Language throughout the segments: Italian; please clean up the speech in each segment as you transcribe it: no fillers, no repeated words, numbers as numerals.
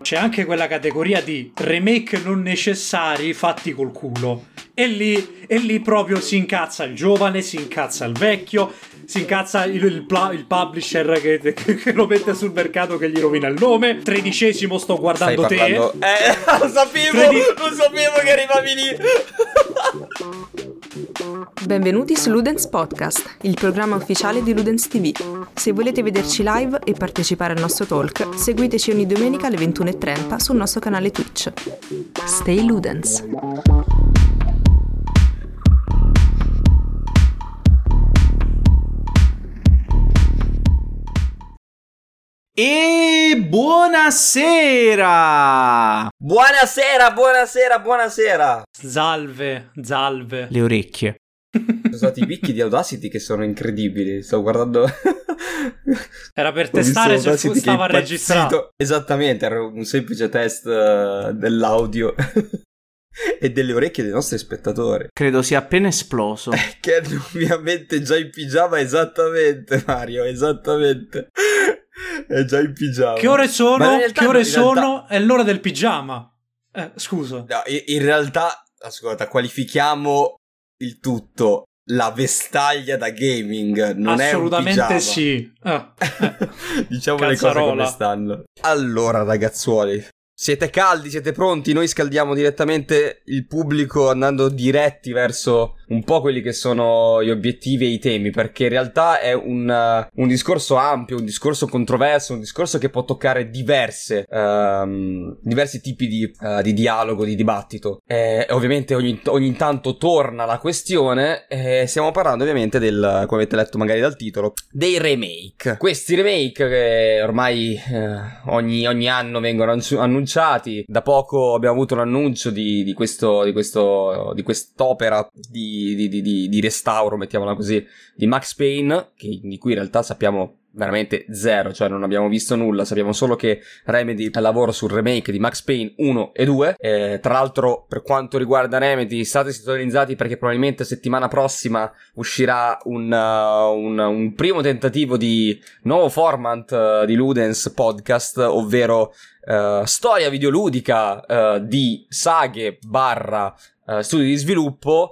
C'è anche quella categoria di remake non necessari fatti col culo. E lì proprio si incazza il giovane, si incazza il vecchio, si incazza il publisher che lo mette sul mercato, che gli rovina il nome. 13° sto guardando te. Lo sapevo che arrivavi lì. Benvenuti su Ludens Podcast, il programma ufficiale di Ludens TV. Se volete vederci live e partecipare al nostro talk, seguiteci ogni domenica alle 21:30 sul nostro canale Twitch. Stay Ludens! E buonasera! Buonasera! Salve. Le orecchie. Sono stati i picchi di Audacity che sono incredibili. Sto guardando. Era per testare se stava registrato. Esattamente, era un semplice test dell'audio e delle orecchie dei nostri spettatori. Credo sia appena esploso. Che hanno ovviamente già in pigiama, esattamente, Mario, esattamente. È già in pigiama. Che ore sono? È l'ora del pigiama. Scusa. No, in realtà, ascolta, qualifichiamo il tutto. La vestaglia da gaming non assolutamente è un pigiama. Sì. Diciamo le cose come stanno. Allora, ragazzuoli, siete caldi? Siete pronti? Noi scaldiamo direttamente il pubblico andando diretti verso un po' quelli che sono gli obiettivi e i temi, perché in realtà è un discorso ampio, un discorso controverso, un discorso che può toccare diversi tipi di dialogo, di dibattito. Ovviamente ogni tanto torna la questione, stiamo parlando ovviamente come avete letto magari dal titolo, dei remake. Questi remake che ormai ogni anno vengono annunciati. Da poco abbiamo avuto l'annuncio di quest'opera di restauro, mettiamola così, di Max Payne, di cui in realtà sappiamo veramente zero, cioè non abbiamo visto nulla, sappiamo solo che Remedy lavora sul remake di Max Payne 1 e 2. Tra l'altro, per quanto riguarda Remedy, state sintonizzati perché probabilmente settimana prossima uscirà un primo tentativo di nuovo format di Ludens Podcast, ovvero storia videoludica di saghe / studi di sviluppo.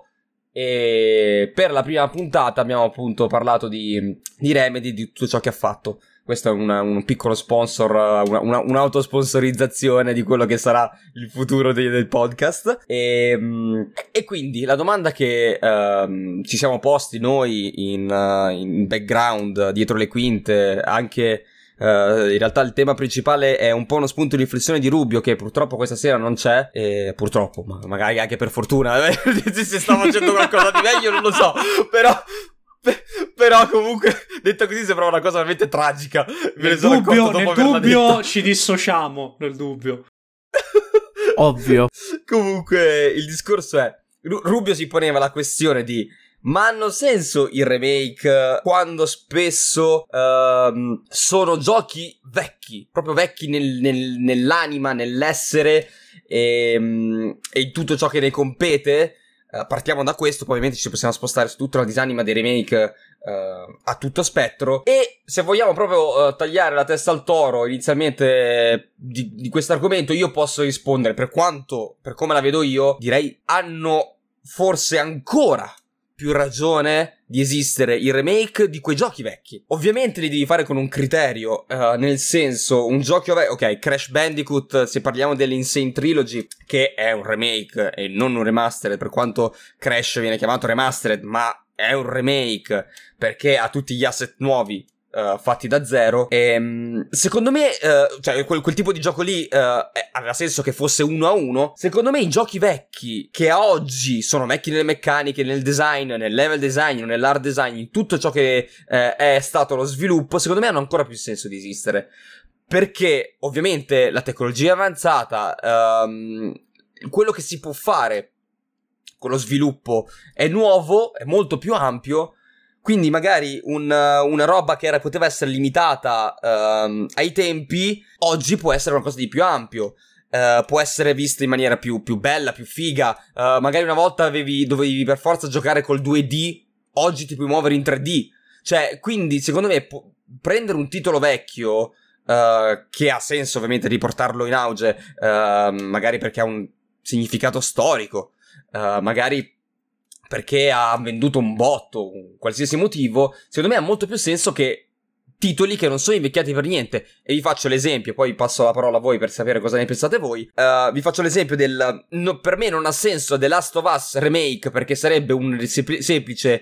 E per la prima puntata abbiamo appunto parlato di Remedy, di tutto ciò che ha fatto. Questo è un piccolo sponsor, un'autosponsorizzazione di quello che sarà il futuro del podcast. E quindi la domanda che ci siamo posti noi in background, dietro le quinte, anche in realtà il tema principale è un po' uno spunto di riflessione di Rubio, che purtroppo questa sera non c'è, purtroppo, ma magari anche per fortuna. Se sta facendo qualcosa di meglio non lo so, però comunque detto così sembra una cosa veramente tragica. Nel dubbio ci dissociamo, nel dubbio. Ovvio. Comunque il discorso è, Rubio si poneva la questione di: ma hanno senso i remake quando spesso sono giochi vecchi, proprio vecchi nell'anima, nell'essere e in tutto ciò che ne compete? Partiamo da questo, poi ovviamente ci possiamo spostare su tutta la disanima dei remake a tutto spettro. E se vogliamo proprio tagliare la testa al toro inizialmente di questo argomento, io posso rispondere, per come la vedo io, direi hanno forse ancora più ragione di esistere il remake di quei giochi vecchi. Ovviamente li devi fare con un criterio, nel senso, un gioco ok, Crash Bandicoot, se parliamo dell'Insane Trilogy, che è un remake e non un remastered, per quanto Crash viene chiamato remastered, ma è un remake perché ha tutti gli asset nuovi fatti da zero. E secondo me cioè quel tipo di gioco lì aveva senso che fosse 1-1. Secondo me i giochi vecchi, che a oggi sono vecchi nelle meccaniche, nel design, nel level design, nell'art design, in tutto ciò che è stato lo sviluppo, secondo me hanno ancora più senso di esistere, perché ovviamente la tecnologia è avanzata, quello che si può fare con lo sviluppo è nuovo, è molto più ampio. Quindi magari una roba che poteva essere limitata ai tempi, oggi può essere qualcosa di più ampio, può essere vista in maniera più bella, più figa. Magari una volta dovevi per forza giocare col 2D, oggi ti puoi muovere in 3D. Cioè, quindi secondo me prendere un titolo vecchio che ha senso ovviamente riportarlo in auge, magari perché ha un significato storico, magari perché ha venduto un botto, un qualsiasi motivo, secondo me ha molto più senso che titoli che non sono invecchiati per niente. E vi faccio l'esempio, poi passo la parola a voi per sapere cosa ne pensate voi. Vi faccio l'esempio per me non ha senso The Last of Us Remake, perché sarebbe un semplice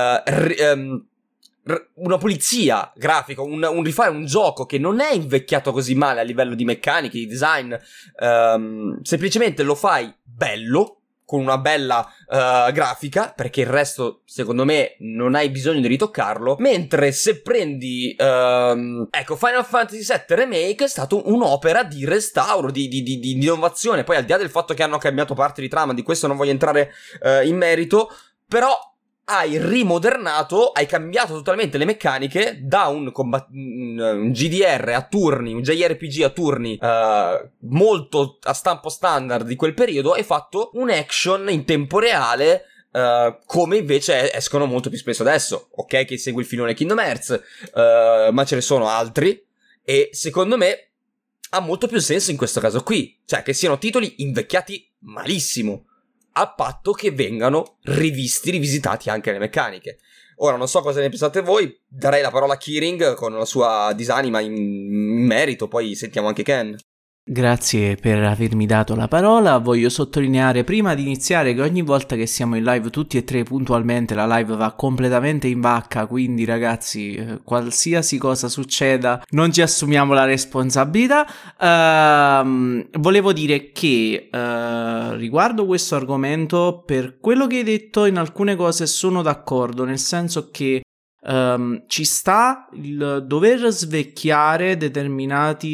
una pulizia grafica, un rifare un gioco che non è invecchiato così male a livello di meccaniche, di design, semplicemente lo fai bello, con una bella grafica, perché il resto secondo me non hai bisogno di ritoccarlo. Mentre se prendi ecco, Final Fantasy VII Remake è stato un'opera di restauro, di innovazione. Poi al di là del fatto che hanno cambiato parte di trama, di questo non voglio entrare in merito, però hai rimodernato, hai cambiato totalmente le meccaniche da un GDR a turni, un JRPG a turni molto a stampo standard di quel periodo, e fatto un action in tempo reale come invece escono molto più spesso adesso. Ok che segue il filone Kingdom Hearts, ma ce ne sono altri, e secondo me ha molto più senso in questo caso qui, cioè che siano titoli invecchiati malissimo, a patto che vengano rivisitati anche le meccaniche. Ora non so cosa ne pensate voi, darei la parola a Kiring con la sua disanima in merito, poi sentiamo anche Ken. Grazie per avermi dato la parola. Voglio sottolineare prima di iniziare che ogni volta che siamo in live tutti e tre puntualmente la live va completamente in vacca, quindi ragazzi, qualsiasi cosa succeda non ci assumiamo la responsabilità. Volevo dire che riguardo questo argomento, per quello che hai detto in alcune cose sono d'accordo, nel senso che ci sta il dover svecchiare determinate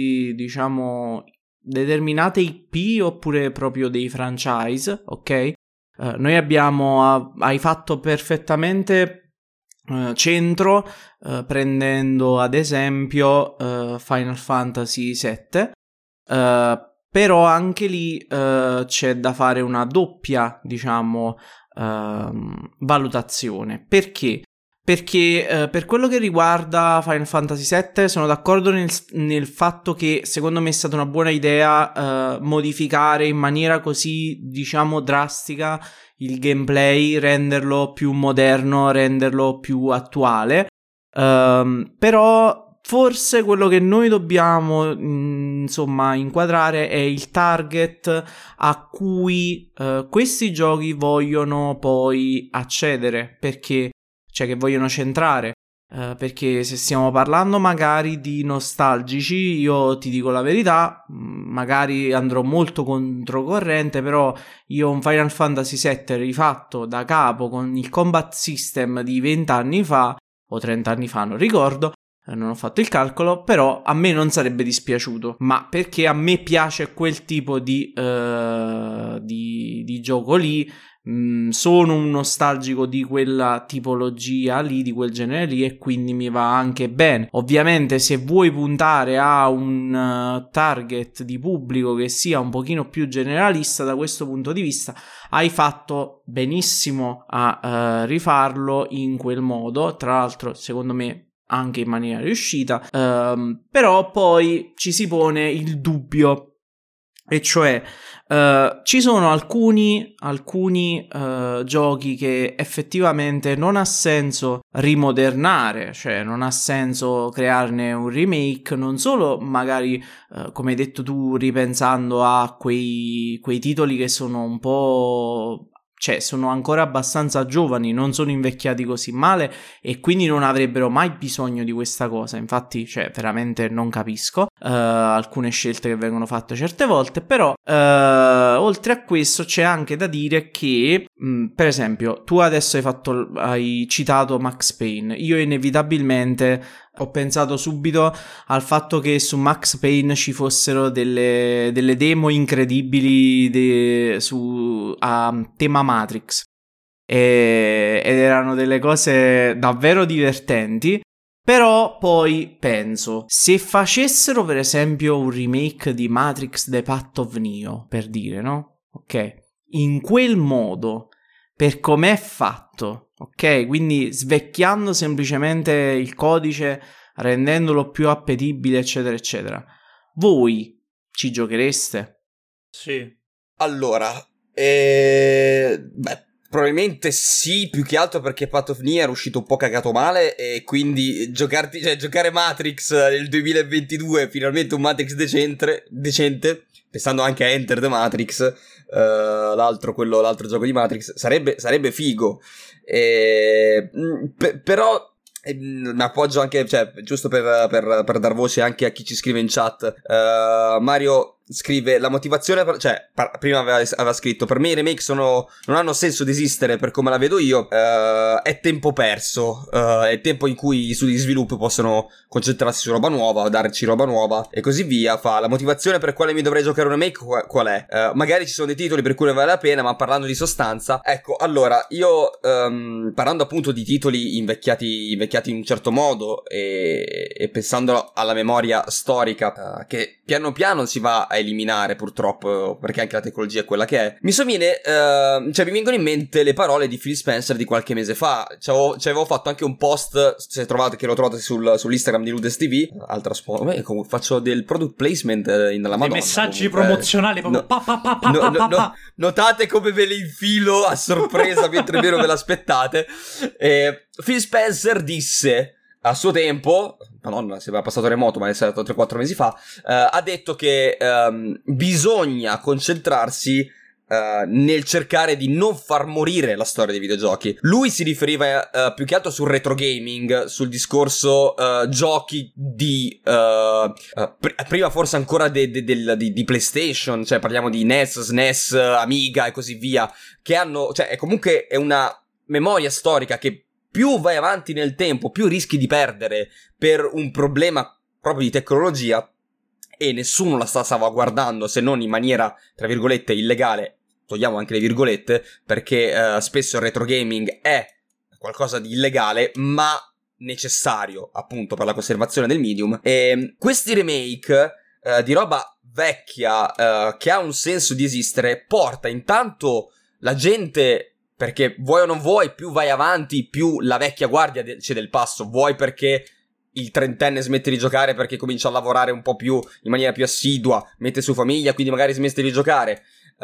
IP oppure proprio dei franchise, ok? Noi hai fatto perfettamente centro prendendo ad esempio Final Fantasy VII, però anche lì c'è da fare una doppia, valutazione. Perché? Perché per quello che riguarda Final Fantasy VII sono d'accordo nel fatto che secondo me è stata una buona idea modificare in maniera così drastica il gameplay, renderlo più moderno, renderlo più attuale, però forse quello che noi dobbiamo inquadrare è il target a cui questi giochi vogliono poi accedere, cioè che vogliono centrare, perché se stiamo parlando magari di nostalgici, io ti dico la verità, magari andrò molto controcorrente, però io un Final Fantasy VII rifatto da capo con il combat system di 20 anni fa o 30 anni fa, non ricordo, non ho fatto il calcolo, però a me non sarebbe dispiaciuto, ma perché a me piace quel tipo di gioco lì. Sono un nostalgico di quella tipologia lì, di quel genere lì, e quindi mi va anche bene. Ovviamente se vuoi puntare a un target di pubblico che sia un pochino più generalista, da questo punto di vista hai fatto benissimo a rifarlo in quel modo, tra l'altro secondo me anche in maniera riuscita, però poi ci si pone il dubbio, e cioè ci sono alcuni giochi che effettivamente non ha senso rimodernare, cioè non ha senso crearne un remake, non solo magari come hai detto tu, ripensando a quei titoli che sono un po', cioè sono ancora abbastanza giovani, non sono invecchiati così male e quindi non avrebbero mai bisogno di questa cosa. Infatti, cioè, veramente non capisco alcune scelte che vengono fatte certe volte, però oltre a questo c'è anche da dire che per esempio tu adesso hai citato Max Payne. Io inevitabilmente ho pensato subito al fatto che su Max Payne ci fossero delle demo incredibili a tema Matrix, ed erano delle cose davvero divertenti. Però poi penso, se facessero per esempio un remake di Matrix The Path of Neo, per dire, no? Ok, in quel modo, per com'è fatto, ok? Quindi svecchiando semplicemente il codice rendendolo più appetibile, eccetera, eccetera. Voi ci giochereste? Sì. Allora, probabilmente sì, più che altro perché Path of Nia era uscito un po' cagato male e quindi giocare Matrix nel 2022, finalmente un Matrix decente, pensando anche a Enter the Matrix, l'altro gioco di Matrix, sarebbe figo. Però mi appoggio anche, cioè, giusto per dar voce anche a chi ci scrive in chat. Mario scrive: la motivazione prima aveva scritto: per me i remake non hanno senso di esistere per come la vedo io, è tempo perso, è tempo in cui gli studi di sviluppo possono concentrarsi su roba nuova, darci roba nuova e così via. La motivazione per quale mi dovrei giocare un remake qual è? Magari ci sono dei titoli per cui ne vale la pena, ma parlando di sostanza, ecco, allora io parlando appunto di titoli invecchiati in un certo modo e pensando alla memoria storica che piano piano si va a eliminare, purtroppo, perché anche la tecnologia è quella che è, mi vengono in mente le parole di Phil Spencer di qualche mese fa. Ci avevo fatto anche un post, se trovate, che lo trovate sull'Instagram di Ludens TV. Altra faccio del product placement nella Madonna. Dei messaggi promozionali proprio notate come ve li infilo a sorpresa mentre meno ve l'aspettate. Phil Spencer disse a suo tempo, madonna, sembra passato remoto, ma è stato 3-4 mesi fa, ha detto che bisogna concentrarsi nel cercare di non far morire la storia dei videogiochi. Lui si riferiva più che altro sul retro gaming, sul discorso giochi di prima forse ancora di PlayStation, cioè parliamo di NES, SNES, Amiga e così via, che hanno, cioè comunque è una memoria storica che più vai avanti nel tempo, più rischi di perdere per un problema proprio di tecnologia, e nessuno la sta salvaguardando se non in maniera, tra virgolette, illegale. Togliamo anche le virgolette, perché spesso il retro gaming è qualcosa di illegale, ma necessario appunto per la conservazione del medium. E questi remake di roba vecchia che ha un senso di esistere porta intanto la gente, perché vuoi o non vuoi, più vai avanti, più la vecchia guardia c'è del passo. Vuoi perché il trentenne smette di giocare perché comincia a lavorare un po' più, in maniera più assidua, mette su famiglia, quindi magari smette di giocare.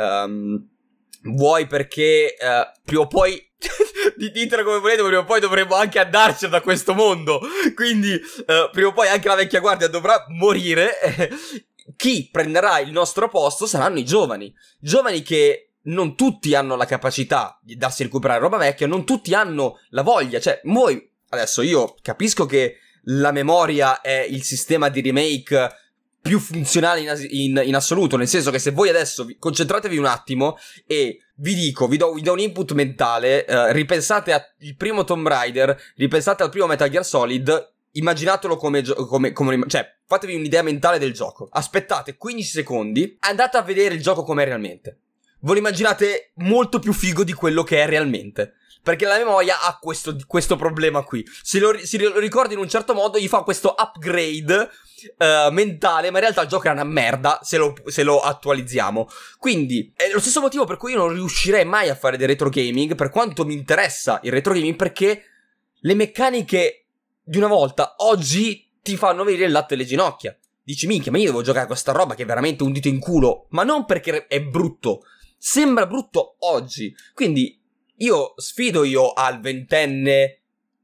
Vuoi perché prima o poi ditelo come volete, prima o poi dovremo anche andarcene da questo mondo, quindi prima o poi anche la vecchia guardia dovrà morire. Chi prenderà il nostro posto saranno i giovani che non tutti hanno la capacità di darsi a recuperare roba vecchia, non tutti hanno la voglia. Cioè, voi, adesso io capisco che la memoria è il sistema di remake più funzionale in assoluto, nel senso che se voi adesso concentratevi un attimo e vi do un input mentale, ripensate al primo Tomb Raider, ripensate al primo Metal Gear Solid, immaginatelo come cioè fatevi un'idea mentale del gioco, aspettate 15 secondi, andate a vedere il gioco com'è realmente. Voi lo immaginate molto più figo di quello che è realmente, perché la memoria ha questo problema qui. Se lo ricordi in un certo modo, gli fa questo upgrade mentale, ma in realtà il gioco è una merda se lo attualizziamo. Quindi è lo stesso motivo per cui io non riuscirei mai a fare del retro gaming, per quanto mi interessa il retro gaming, perché le meccaniche di una volta oggi ti fanno venire il latte alle ginocchia. Dici, minchia, ma io devo giocare a questa roba che è veramente un dito in culo, ma non perché è brutto, sembra brutto oggi. Quindi io sfido al ventenne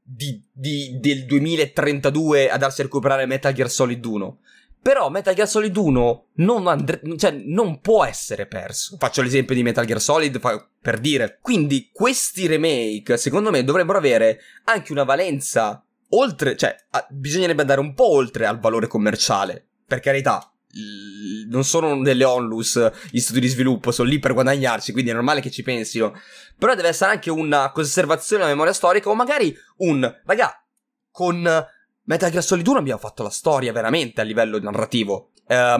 del 2032 a darsi a recuperare Metal Gear Solid 1. Però Metal Gear Solid 1 non può essere perso. Faccio l'esempio di Metal Gear Solid per dire. Quindi questi remake, secondo me, dovrebbero avere anche una valenza oltre, cioè bisognerebbe andare un po' oltre al valore commerciale. Per carità, non sono delle onlus gli studi di sviluppo, sono lì per guadagnarci, quindi è normale che ci pensino. Però deve essere anche una conservazione della memoria storica, o magari con Metal Gear Solid 1 abbiamo fatto la storia veramente a livello narrativo.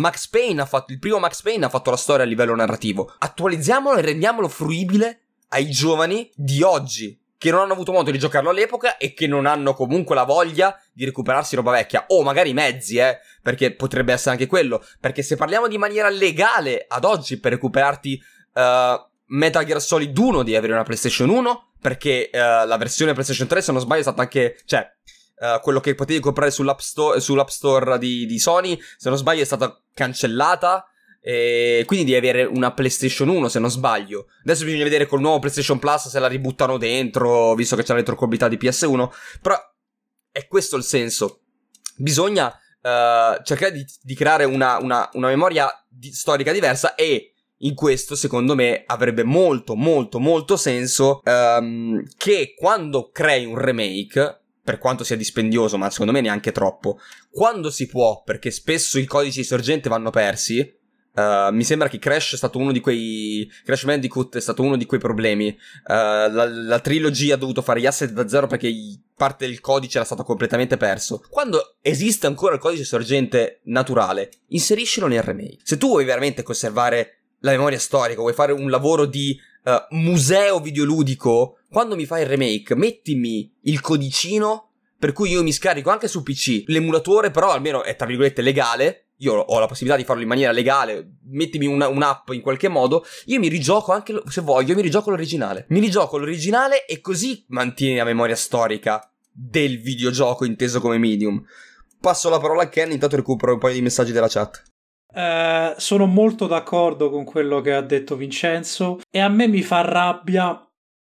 Il primo Max Payne ha fatto la storia a livello narrativo. Attualizziamolo e rendiamolo fruibile ai giovani di oggi, che non hanno avuto modo di giocarlo all'epoca e che non hanno comunque la voglia di recuperarsi roba vecchia, o magari mezzi, perché potrebbe essere anche quello. Perché se parliamo di maniera legale ad oggi per recuperarti Metal Gear Solid 1 devi avere una PlayStation 1, perché la versione PlayStation 3, se non sbaglio, è stata anche, cioè quello che potevi comprare sull'App Store di Sony, se non sbaglio, è stata cancellata. E quindi devi avere una PlayStation 1, se non sbaglio. Adesso bisogna vedere col nuovo PlayStation Plus se la ributtano dentro, visto che c'è la retrocompatibilità di PS1. Però è questo il senso. Bisogna cercare di creare una memoria storica diversa, e in questo, secondo me, avrebbe molto molto molto senso che quando crei un remake, per quanto sia dispendioso, ma secondo me neanche troppo, quando si può, perché spesso i codici di sorgente vanno persi. Mi sembra che Crash Bandicoot è stato uno di quei problemi. La trilogia ha dovuto fare gli asset da zero perché parte del codice era stato completamente perso. Quando esiste ancora il codice sorgente naturale, inseriscilo nel remake. Se tu vuoi veramente conservare la memoria storica, vuoi fare un lavoro di museo videoludico, quando mi fai il remake, mettimi il codicino per cui io mi scarico anche su PC l'emulatore, però almeno è tra virgolette legale. Io ho la possibilità di farlo in maniera legale, mettimi un'app in qualche modo, io mi rigioco anche, se voglio, mi rigioco l'originale. Mi rigioco l'originale e così mantieni la memoria storica del videogioco inteso come medium. Passo la parola a Ken, intanto recupero un paio di messaggi della chat. Sono molto d'accordo con quello che ha detto Vincenzo, e a me mi fa rabbia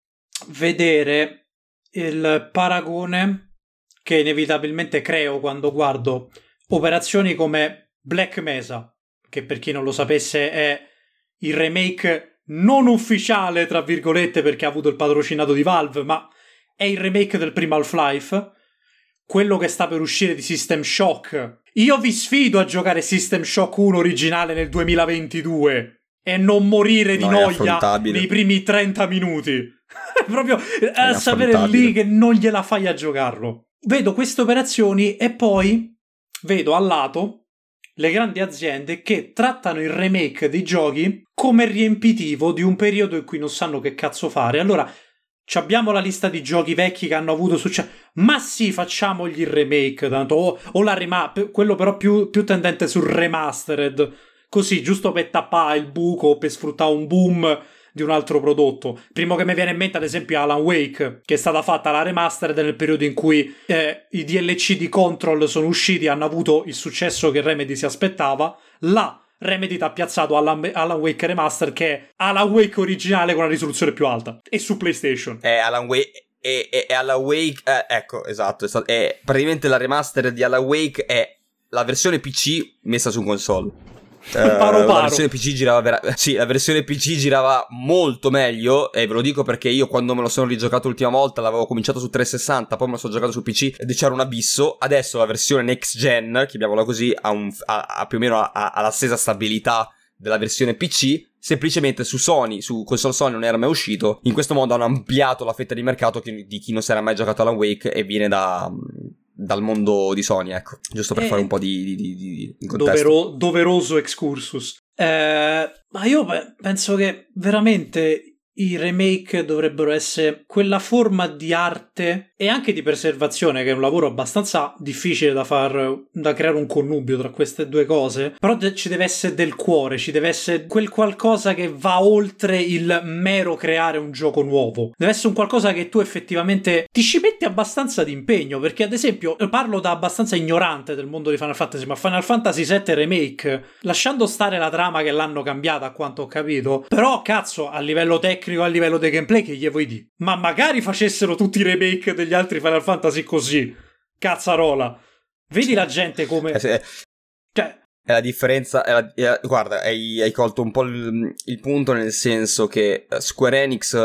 vedere il paragone che inevitabilmente creo quando guardo operazioni come Black Mesa, che per chi non lo sapesse è il remake non ufficiale, tra virgolette, perché ha avuto il patrocinato di Valve, ma è il remake del primo Half-Life, quello che sta per uscire di System Shock. Io vi sfido a giocare System Shock 1 originale nel 2022 e non morire di noia nei primi 30 minuti. Proprio a sapere lì che non gliela fai a giocarlo. Vedo queste operazioni e poi vedo al lato le grandi aziende che trattano il remake dei giochi come riempitivo di un periodo in cui non sanno che cazzo fare. Allora, abbiamo la lista di giochi vecchi che hanno avuto successo. Ma sì, facciamogli il remake, tanto, o la quello però più tendente sul remastered. Così, giusto per tappare il buco o per sfruttare un boom di un altro prodotto. Primo che mi viene in mente, ad esempio, Alan Wake, che è stata fatta la remastered nel periodo in cui i DLC di Control sono usciti e hanno avuto il successo che Remedy si aspettava. Là Remedy ha piazzato Alan Wake Remastered, che è Alan Wake originale con una risoluzione più alta, e su PlayStation. Alan Wake Alan Wake, ecco, esatto, è praticamente la remastered di Alan Wake, è la versione PC messa su console. La versione PC girava la versione PC girava molto meglio, e ve lo dico perché io, quando me lo sono rigiocato l'ultima volta, l'avevo cominciato su 360, poi me lo sono giocato su PC ed c'era un abisso. Adesso la versione next gen, chiamiamola così, ha più o meno la stessa stabilità della versione PC. Semplicemente su console Sony non era mai uscito. In questo modo hanno ampliato la fetta di mercato di chi non si era mai giocato Alan Wake e viene dal mondo di Sony, ecco, giusto per fare un po' di contesto. Doveroso excursus. Ma io penso che veramente i remake dovrebbero essere quella forma di arte e anche di preservazione, che è un lavoro abbastanza difficile da creare un connubio tra queste due cose, però ci deve essere del cuore, ci deve essere quel qualcosa che va oltre il mero creare un gioco nuovo. Deve essere un qualcosa che tu effettivamente ti ci metti abbastanza di impegno, perché ad esempio parlo da abbastanza ignorante del mondo di Final Fantasy, ma Final Fantasy VII Remake, lasciando stare la trama che l'hanno cambiata a quanto ho capito, però cazzo, a livello tecnico, a livello di gameplay, che gli vuoi dire? Ma magari facessero tutti i remake degli altri Final Fantasy così, cazzarola. Vedi la gente come... Cioè... È la differenza, guarda, hai colto un po' il punto, nel senso che Square Enix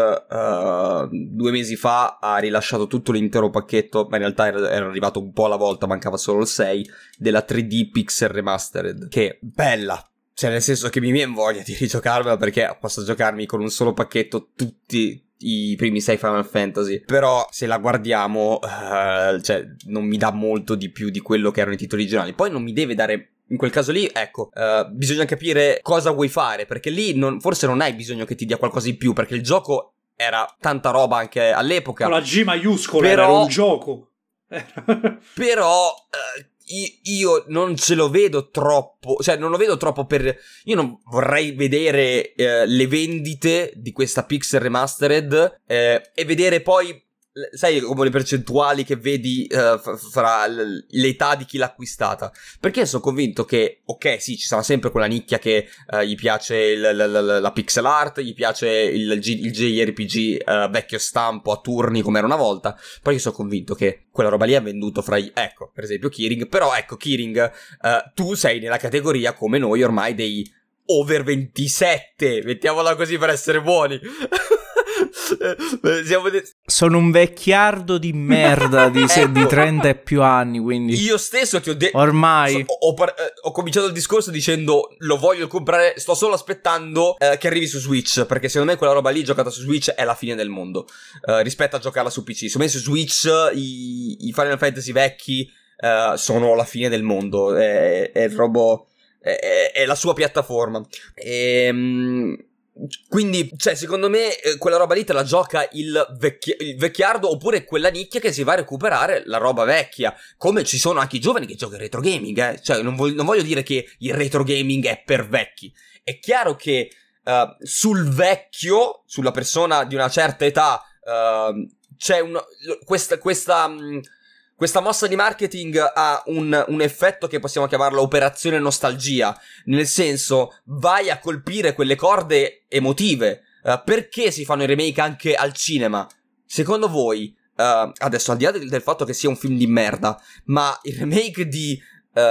2 mesi fa ha rilasciato tutto l'intero pacchetto, ma in realtà era arrivato un po' alla volta, mancava solo il 6, della 3D Pixel Remastered, che bella. Cioè, nel senso che mi viene voglia di rigiocarmela, perché posso giocarmi con un solo pacchetto tutti i primi 6 Final Fantasy. Però se la guardiamo, cioè, non mi dà molto di più di quello che erano i titoli originali. Poi non mi deve dare... In quel caso lì, ecco, bisogna capire cosa vuoi fare, perché lì forse non hai bisogno che ti dia qualcosa in più, perché il gioco era tanta roba anche all'epoca. Con la G maiuscola, però, era un gioco. Però... Io non ce lo vedo troppo, cioè non lo vedo troppo io non vorrei vedere le vendite di questa Pixel Remastered e vedere poi sai, come le percentuali che vedi fra l'età di chi l'ha acquistata. Perché sono convinto che, ok, sì, ci sarà sempre quella nicchia che gli piace la pixel art, gli piace il JRPG vecchio stampo a turni come era una volta. Poi io sono convinto che quella roba lì ha venduto ecco, per esempio Kiring. Però ecco, Kiring, tu sei nella categoria come noi ormai dei over 27, mettiamola così per essere buoni. Sono un vecchiardo di merda di 30 e più anni, quindi io stesso ti ho detto ormai ho cominciato il discorso dicendo lo voglio comprare, sto solo aspettando che arrivi su Switch, perché secondo me quella roba lì giocata su Switch è la fine del mondo rispetto a giocarla su PC. Secondo me su Switch i Final Fantasy vecchi sono la fine del mondo, è la sua piattaforma. Quindi, cioè, secondo me quella roba lì te la gioca il vecchiardo, oppure quella nicchia che si va a recuperare la roba vecchia. Come ci sono anche i giovani che giocano il retro gaming, Cioè, non voglio dire che il retro gaming è per vecchi. È chiaro che sul vecchio, sulla persona di una certa età, c'è questa mossa di marketing ha un effetto che possiamo chiamarlo operazione nostalgia, nel senso, vai a colpire quelle corde emotive. Perché si fanno i remake anche al cinema? Secondo voi, adesso al di là del fatto che sia un film di merda, ma il remake di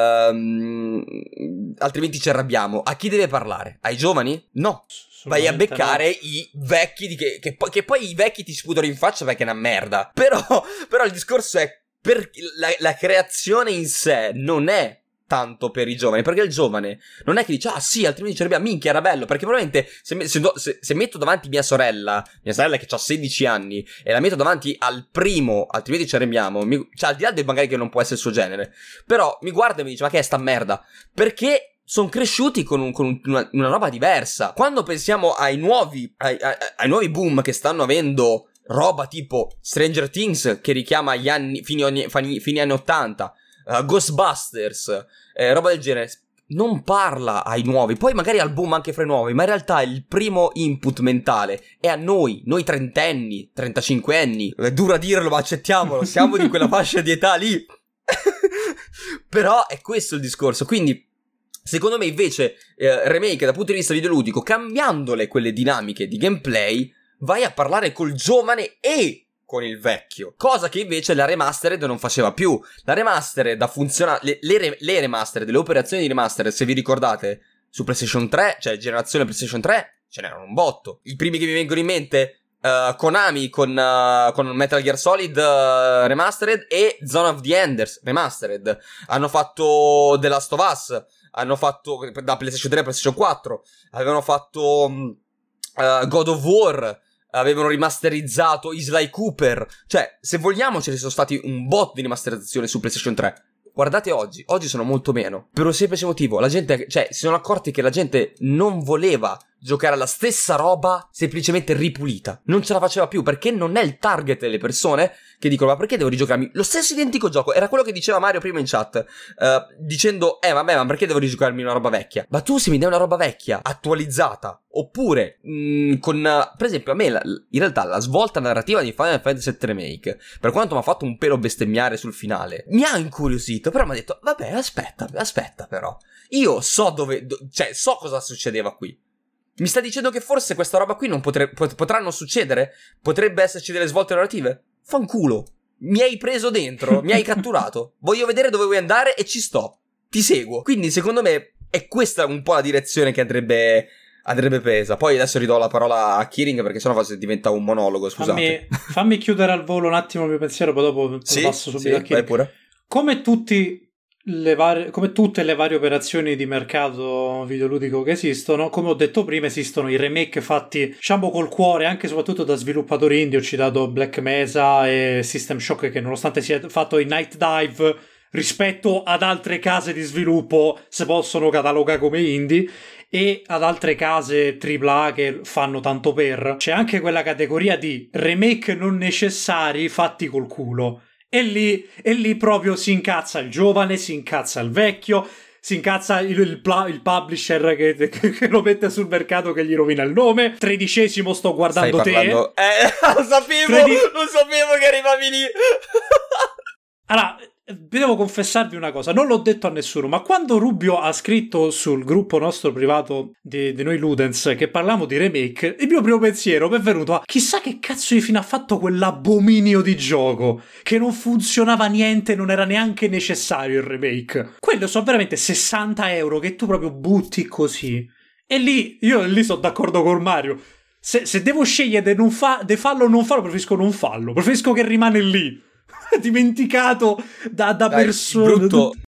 Altrimenti ci arrabbiamo, a chi deve parlare? Ai giovani? No. Vai a beccare i vecchi che poi i vecchi ti sputano in faccia perché è una merda. Però il discorso è la creazione in sé non è tanto per i giovani, perché il giovane non è che dice sì, altrimenti ci arrabbiamo, minchia era bello, perché probabilmente se metto davanti mia sorella che ha 16 anni e la metto davanti al primo Altrimenti ci arrabbiamo, cioè al di là del magari che non può essere il suo genere, però mi guarda e mi dice ma che è sta merda, perché sono cresciuti con una roba diversa. Quando pensiamo ai nuovi boom che stanno avendo roba tipo Stranger Things, che richiama gli anni fini anni 80, Ghostbusters, roba del genere, non parla ai nuovi, poi magari al boom anche fra i nuovi, ma in realtà il primo input mentale è a noi trentenni, 35 anni, è duro a dirlo ma accettiamolo, siamo di quella fascia di età lì. Però è questo il discorso, quindi secondo me invece remake dal punto di vista videoludico, cambiandole quelle dinamiche di gameplay, vai a parlare col giovane e con il vecchio, cosa che invece la remastered non faceva più. La remastered funzionava, le remastered, le operazioni di remastered, se vi ricordate, su PlayStation 3, cioè generazione PlayStation 3, ce n'erano un botto. I primi che mi vengono in mente, Konami con Metal Gear Solid remastered e Zone of the Enders remastered. Hanno fatto The Last of Us, hanno fatto da PlayStation 3 a PlayStation 4, avevano fatto God of War, avevano rimasterizzato Sly Cooper. Cioè, se vogliamo, ce ne sono stati un bot di rimasterizzazione su PlayStation 3. Guardate oggi sono molto meno, per un semplice motivo. La gente, cioè, si sono accorti che la gente non voleva giocare alla stessa roba semplicemente ripulita, non ce la faceva più, perché non è il target delle persone che dicono ma perché devo rigiocarmi lo stesso identico gioco. Era quello che diceva Mario prima in chat, dicendo vabbè, ma perché devo rigiocarmi una roba vecchia? Ma tu se mi dai una roba vecchia attualizzata, oppure per esempio a me in realtà la svolta narrativa di Final Fantasy VII Remake, per quanto mi ha fatto un pelo bestemmiare sul finale, mi ha incuriosito, però mi ha detto vabbè, aspetta però, io so so cosa succedeva qui. Mi sta dicendo che forse questa roba qui non potrà non succedere? Potrebbe esserci delle svolte narrative? Fanculo. Mi hai preso dentro, mi hai catturato. Voglio vedere dove vuoi andare e ci sto. Ti seguo. Quindi secondo me è questa un po' la direzione che andrebbe presa. Poi adesso ridò la parola a Kiring perché sennò diventa un monologo, scusate. Fammi chiudere al volo un attimo il mio pensiero, poi dopo passo subito a Kiring. Vai pure. Come tutte le varie operazioni di mercato videoludico che esistono, come ho detto prima, esistono i remake fatti, diciamo, col cuore, anche e soprattutto da sviluppatori indie. Ho citato Black Mesa e System Shock, che nonostante sia fatto in Night Dive, rispetto ad altre case di sviluppo si possono catalogare come indie, e ad altre case AAA che fanno tanto per. C'è anche quella categoria di remake non necessari fatti col culo. E lì proprio si incazza il giovane, si incazza il vecchio, si incazza il publisher che lo mette sul mercato, che gli rovina il nome. 13° sto guardando Stai parlando... Lo sapevo che arrivavi lì. Allora, devo confessarvi una cosa, non l'ho detto a nessuno, ma quando Rubio ha scritto sul gruppo nostro privato di noi Ludens che parliamo di remake, il mio primo pensiero mi è venuto a chissà che cazzo di fine ha fatto quell'abominio di gioco, che non funzionava niente, non era neanche necessario il remake. Quello sono veramente 60 euro che tu proprio butti così. E lì, io lì sono d'accordo con Mario. Se devo scegliere di farlo o non farlo, preferisco non farlo, preferisco che rimane lì. Dimenticato da persone.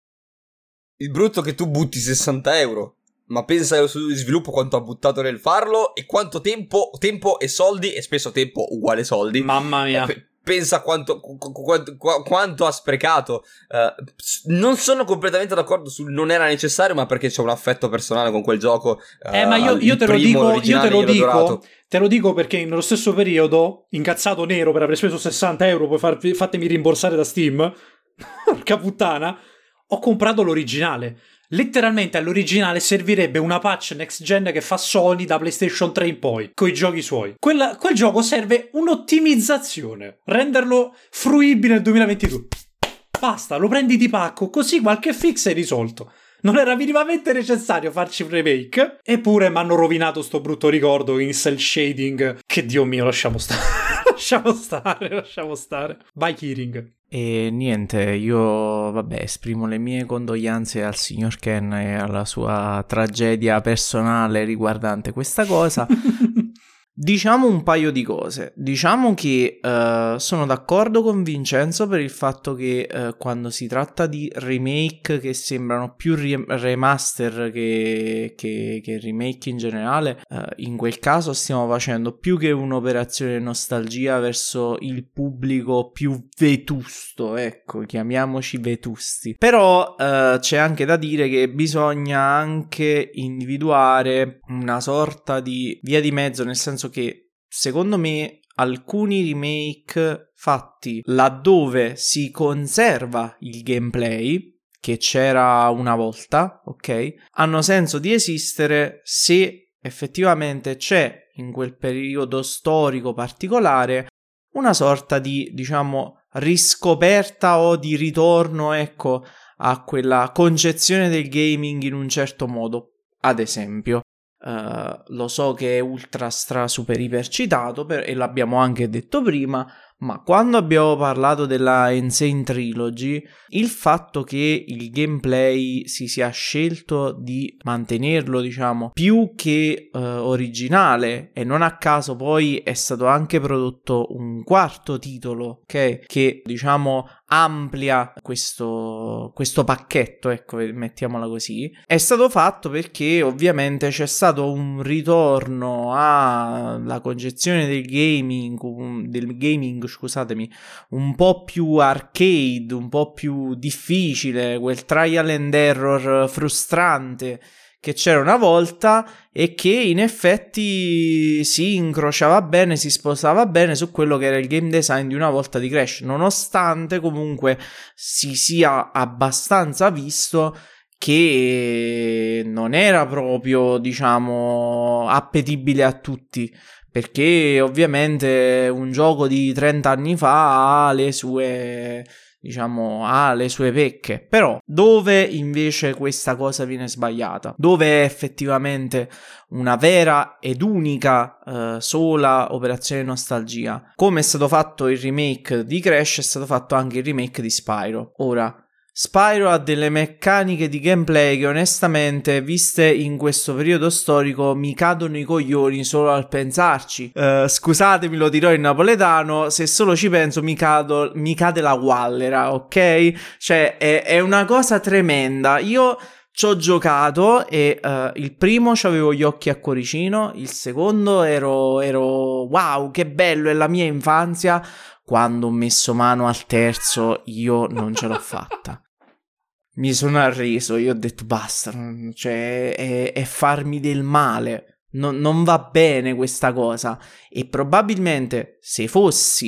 Il brutto è che tu butti 60 euro, ma pensa allo studio di sviluppo quanto ha buttato nel farlo e quanto tempo e soldi, e spesso tempo uguale soldi. Mamma mia. Pensa quanto ha sprecato. Non sono completamente d'accordo sul non era necessario, ma perché c'è un affetto personale con quel gioco. Ma io te lo dico perché nello stesso periodo, incazzato nero per aver speso 60 euro, poi fatemi rimborsare da Steam, porca puttana, ho comprato l'originale. Letteralmente all'originale servirebbe una patch next gen che fa Sony da PlayStation 3 in poi, coi giochi suoi. Quel gioco serve un'ottimizzazione, renderlo fruibile nel 2022. Basta, lo prendi di pacco, così qualche fix è risolto. Non era minimamente necessario farci un remake. Eppure mi hanno rovinato sto brutto ricordo in cel shading. Che Dio mio, lasciamo stare. lasciamo stare. Vai Kiring. E niente, io esprimo le mie condoglianze al signor Ken e alla sua tragedia personale riguardante questa cosa. Diciamo un paio di cose. Diciamo che sono d'accordo con Vincenzo per il fatto che quando si tratta di remake che sembrano più remaster che remake in generale, in quel caso stiamo facendo più che un'operazione nostalgia verso il pubblico più vetusto, ecco, chiamiamoci vetusti. Però c'è anche da dire che bisogna anche individuare una sorta di via di mezzo, nel senso che secondo me alcuni remake fatti laddove si conserva il gameplay che c'era una volta, ok, hanno senso di esistere se effettivamente c'è in quel periodo storico particolare una sorta di, diciamo, riscoperta o di ritorno, ecco, a quella concezione del gaming in un certo modo. Ad esempio, lo so che è ultra stra super iper citato e l'abbiamo anche detto prima, ma quando abbiamo parlato della Insane Trilogy, il fatto che il gameplay si sia scelto di mantenerlo, diciamo, più che originale, e non a caso poi è stato anche prodotto un quarto titolo, ok, che diciamo amplia questo pacchetto, ecco, mettiamola così, è stato fatto perché ovviamente c'è stato un ritorno alla concezione del gaming, scusatemi, un po' più arcade, un po' più difficile, quel trial and error frustrante che c'era una volta e che in effetti si incrociava bene, si sposava bene su quello che era il game design di una volta di Crash, nonostante comunque si sia abbastanza visto che non era proprio, diciamo, appetibile a tutti, perché ovviamente un gioco di 30 anni fa ha le sue, diciamo, ha le sue pecche. Però dove invece questa cosa viene sbagliata, dove è effettivamente una vera ed unica sola operazione nostalgia, come è stato fatto il remake di Crash, è stato fatto anche il remake di Spyro. Ora, Spyro ha delle meccaniche di gameplay che onestamente, viste in questo periodo storico, mi cadono i coglioni solo al pensarci. Scusatemi, lo dirò in napoletano, se solo ci penso mi cade la guallera, ok? Cioè è una cosa tremenda. Io ci ho giocato e il primo c'avevo gli occhi a cuoricino, il secondo ero wow, che bello, è la mia infanzia. Quando ho messo mano al terzo io non ce l'ho fatta. Mi sono arreso, io ho detto basta, cioè è farmi del male, non va bene questa cosa. E probabilmente se fossi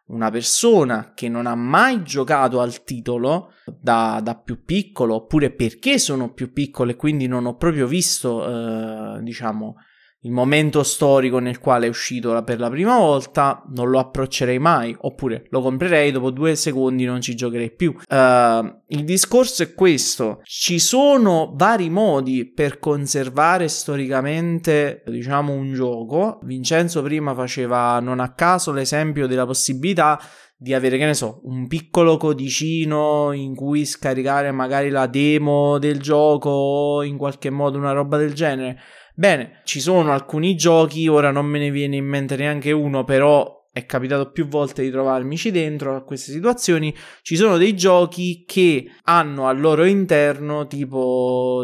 una persona che non ha mai giocato al titolo da più piccolo, oppure perché sono più piccolo e quindi non ho proprio visto, diciamo, il momento storico nel quale è uscito per la prima volta, non lo approccerei mai, oppure lo comprerei, dopo 2 secondi non ci giocherei più. Il discorso è questo: ci sono vari modi per conservare storicamente, diciamo, un gioco. Vincenzo prima faceva non a caso l'esempio della possibilità di avere, che ne so, un piccolo codicino in cui scaricare magari la demo del gioco o in qualche modo una roba del genere. Bene, ci sono alcuni giochi, ora non me ne viene in mente neanche uno, però è capitato più volte di trovarmici dentro a queste situazioni. Ci sono dei giochi che hanno al loro interno tipo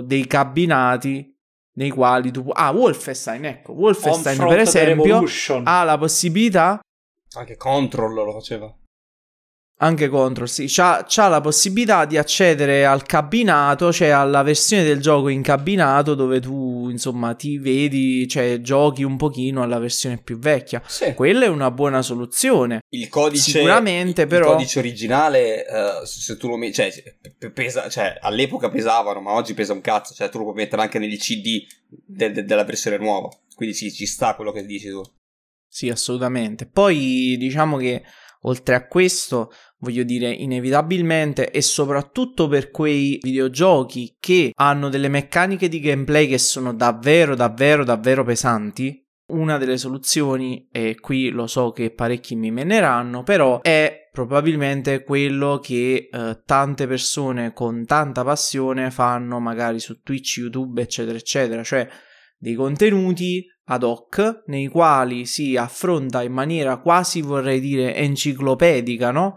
dei nei quali tu... Wolfenstein, ecco, Wolfenstein per esempio ha la possibilità... Anche Control lo faceva. Anche Control, sì, c'ha la possibilità di accedere al cabinato, cioè alla versione del gioco in cabinato dove tu, insomma, ti vedi, cioè giochi un pochino alla versione più vecchia. Sì. Quella è una buona soluzione. Il codice, sicuramente, però... il codice originale, se tu lo metti, cioè, pesa, cioè, all'epoca pesavano, ma oggi pesa un cazzo, cioè tu lo puoi mettere anche negli CD della versione nuova. Quindi sì, ci sta quello che dici tu. Sì, assolutamente. Poi diciamo che oltre a questo, voglio dire, inevitabilmente, e soprattutto per quei videogiochi che hanno delle meccaniche di gameplay che sono davvero, davvero, davvero pesanti, una delle soluzioni, e qui lo so che parecchi mi meneranno, però è probabilmente quello che tante persone con tanta passione fanno magari su Twitch, YouTube, eccetera, eccetera, cioè dei contenuti ad hoc nei quali si affronta in maniera quasi, vorrei dire, enciclopedica, no?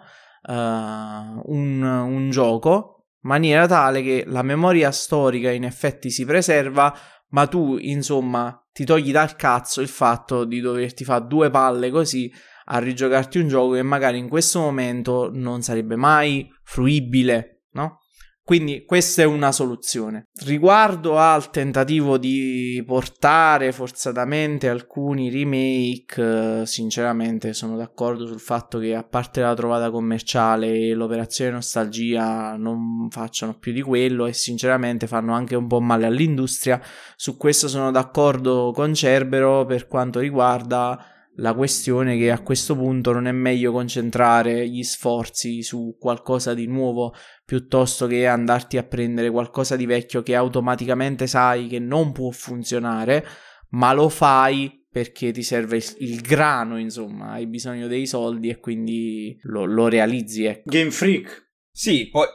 Un gioco, in maniera tale che la memoria storica in effetti si preserva, ma tu, insomma, ti togli dal cazzo il fatto di doverti fare 2 palle così a rigiocarti un gioco che magari in questo momento non sarebbe mai fruibile, no? Quindi questa è una soluzione. Riguardo al tentativo di portare forzatamente alcuni remake, sinceramente sono d'accordo sul fatto che, a parte la trovata commerciale e l'operazione nostalgia, non facciano più di quello, e sinceramente fanno anche un po' male all'industria. Su questo sono d'accordo con Cerbero per quanto riguarda la questione che a questo punto non è meglio concentrare gli sforzi su qualcosa di nuovo piuttosto che andarti a prendere qualcosa di vecchio che automaticamente sai che non può funzionare, ma lo fai perché ti serve il grano, insomma, hai bisogno dei soldi e quindi lo realizzi, ecco. Game Freak. Sì, poi...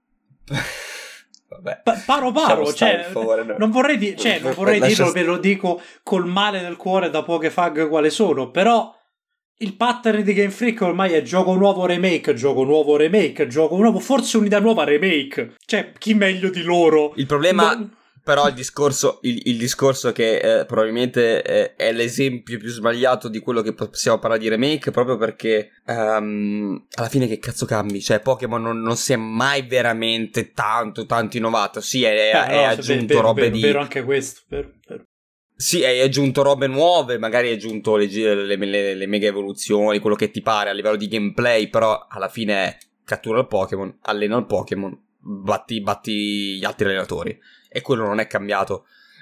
Vabbè. Paro, cioè, non vorrei dirlo, ve lo dico col male del cuore da Pokefag quale sono, però il pattern di Game Freak ormai è gioco nuovo remake, gioco nuovo, forse un'idea nuova remake, cioè chi meglio di loro. Il problema però il discorso che probabilmente è l'esempio più sbagliato di quello che possiamo parlare di remake, proprio perché alla fine che cazzo cambi? Cioè Pokémon non si è mai veramente tanto innovato. Sì, è aggiunto robe di... Vero anche questo, vero. Sì, hai aggiunto robe nuove, magari hai aggiunto le mega evoluzioni, quello che ti pare a livello di gameplay, però alla fine è cattura il Pokémon, allena il Pokémon, batti gli altri allenatori, e quello non è cambiato.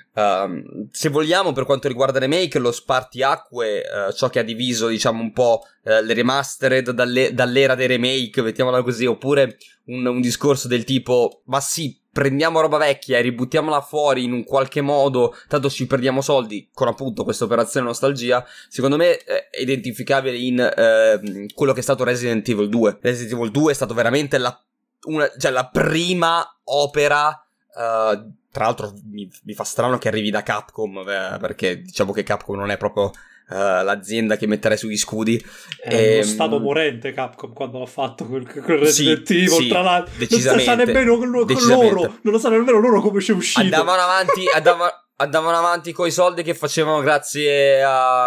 Se vogliamo, per quanto riguarda remake, lo spartiacque, ciò che ha diviso, diciamo, un po' le remastered dall'era dei remake, mettiamola così, oppure un discorso del tipo, ma sì, prendiamo roba vecchia e ributtiamola fuori in un qualche modo, tanto ci perdiamo soldi, con appunto questa operazione nostalgia, secondo me è identificabile in quello che è stato Resident Evil 2. Resident Evil 2 è stato veramente la prima opera, tra l'altro mi fa strano che arrivi da Capcom, perché diciamo che Capcom non è proprio l'azienda che metterei sugli scudi. È uno stato morente Capcom quando l'ha fatto quel Resident Evil, sì, tra l'altro decisamente, non sa nemmeno loro, non lo sanno nemmeno loro come c'è uscito. Andavano avanti coi soldi che facevano grazie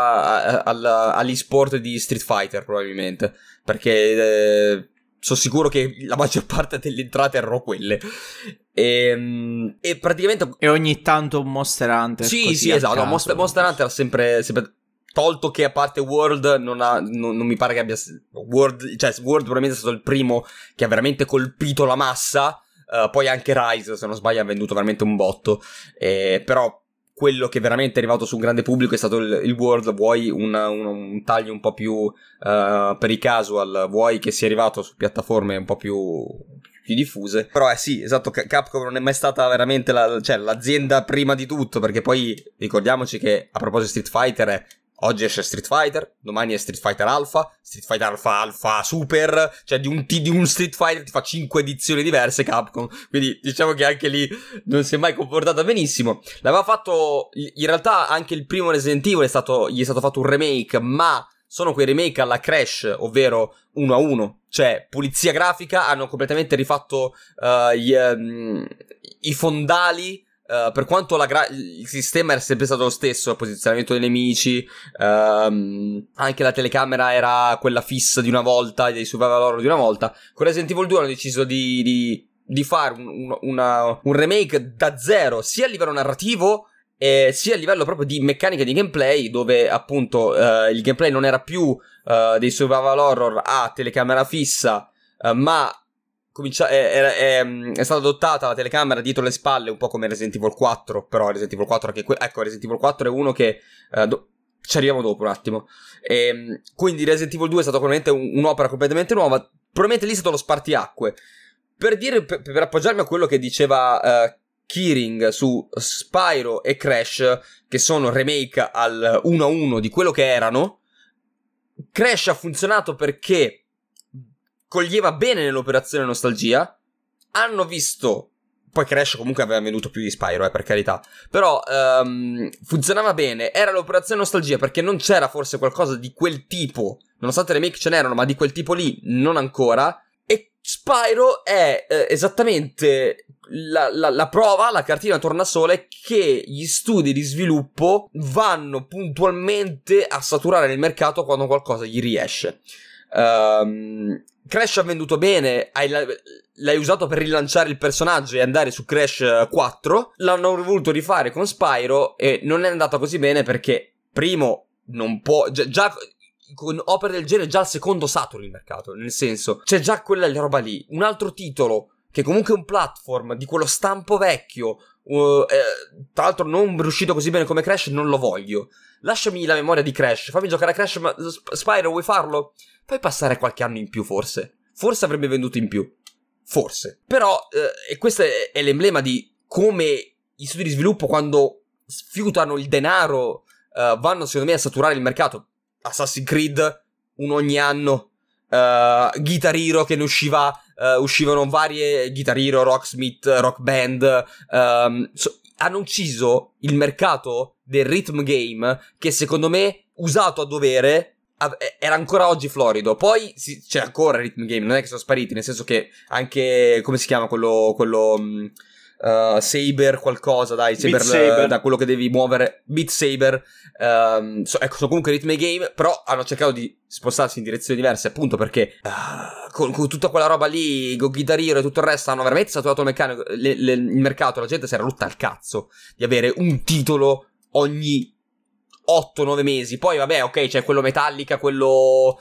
all'e-sport di Street Fighter, probabilmente, perché sono sicuro che la maggior parte delle entrate erano quelle. E praticamente... E ogni tanto un Monster Hunter. Sì, esatto. Monster Hunter ha sempre tolto che a parte World non mi pare che abbia World probabilmente è stato il primo che ha veramente colpito la massa. Poi anche Rise, se non sbaglio, ha venduto veramente un botto, però quello che veramente è arrivato su un grande pubblico è stato il World. Vuoi un taglio un po' più per i casual, vuoi che sia arrivato su piattaforme un po' più diffuse. Però sì, esatto, Capcom non è mai stata veramente l'azienda prima di tutto, perché poi ricordiamoci che, a proposito di Street Fighter, oggi esce Street Fighter, domani è Street Fighter Alpha Alpha Super, cioè di un Street Fighter ti fa 5 edizioni diverse Capcom, quindi diciamo che anche lì non si è mai comportata benissimo. L'aveva fatto, in realtà anche il primo Resident Evil gli è stato fatto un remake, ma sono quei remake alla Crash, ovvero 1-1, cioè pulizia grafica, hanno completamente rifatto i fondali. Per quanto il sistema era sempre stato lo stesso, il posizionamento dei nemici, anche la telecamera era quella fissa di una volta, dei survival horror di una volta, con Resident Evil 2 hanno deciso di fare un remake da zero, sia a livello narrativo sia a livello proprio di meccanica di gameplay, dove appunto il gameplay non era più dei survival horror a telecamera fissa, ma è stata adottata la telecamera dietro le spalle, un po' come Resident Evil 4, però Resident Evil 4 Resident Evil 4 è uno che ci arriviamo dopo un attimo. Quindi Resident Evil 2 è stata probabilmente un'opera completamente nuova, probabilmente lì è stato lo spartiacque. Per appoggiarmi a quello che diceva Kiring su Spyro e Crash, che sono remake al 1-1 di quello che erano, Crash ha funzionato perché coglieva bene nell'operazione nostalgia. Hanno visto, poi Crash comunque aveva venduto più di Spyro, per carità, però funzionava bene, era l'operazione nostalgia, perché non c'era forse qualcosa di quel tipo, nonostante le remake ce n'erano, ma di quel tipo lì non ancora. E Spyro è esattamente la prova, la cartina tornasole che gli studi di sviluppo vanno puntualmente a saturare il mercato quando qualcosa gli riesce. Crash ha venduto bene, l'hai usato per rilanciare il personaggio e andare su Crash 4. L'hanno voluto rifare con Spyro e non è andata così bene, perché primo non può già con opere del genere già al secondo saturi il mercato, nel senso c'è già quella roba lì. Un altro titolo che comunque è un platform di quello stampo vecchio, tra l'altro non riuscito così bene come Crash, non lo voglio. Lasciami la memoria di Crash, fammi giocare a Crash, ma Spyro vuoi farlo? Fai passare qualche anno in più, forse avrebbe venduto in più, forse. Però e questo è l'emblema di come gli studi di sviluppo, quando sfiutano il denaro, vanno secondo me a saturare il mercato. Assassin's Creed, uno ogni anno, Guitar Hero che ne uscivano varie, Guitar Hero, Rocksmith, Rock Band, hanno ucciso il mercato del rhythm game, che secondo me, usato a dovere, era ancora oggi florido. Poi c'è ancora il rhythm game, non è che sono spariti, nel senso che anche, come si chiama quello Saber qualcosa, dai, Saber, da quello che devi muovere, Beat Saber, ecco, sono comunque rhythm game, però hanno cercato di spostarsi in direzioni diverse, appunto perché con tutta quella roba lì, con Guitar Hero e tutto il resto, hanno veramente saturato il mercato. La gente si era rotta al cazzo di avere un titolo ogni 8-9 mesi. Poi vabbè, ok, c'è quello Metallica, quello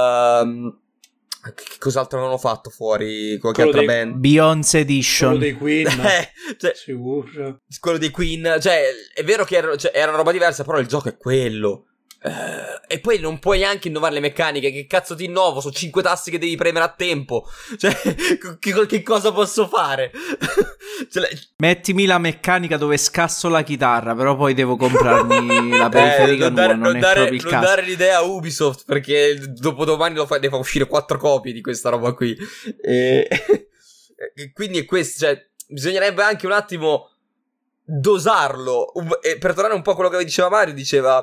che cos'altro avevano fatto fuori? Qualche altra band? Beyoncé Edition. Quello dei Queen. Cioè, sicuro. Quello dei Queen. Cioè, è vero che era una roba diversa, però il gioco è quello. E poi non puoi neanche innovare le meccaniche. Che cazzo ti innovo? Sono 5 tasti che devi premere a tempo. Cioè, che cosa posso fare? Mettimi la meccanica dove scasso la chitarra, però poi devo comprarmi la periferica nuova. Non dare l'idea a Ubisoft, perché dopodomani ne fa uscire 4 copie di questa roba qui. E quindi è questo. Cioè, bisognerebbe anche un attimo dosarlo. E per tornare un po' a quello che diceva Mario, diceva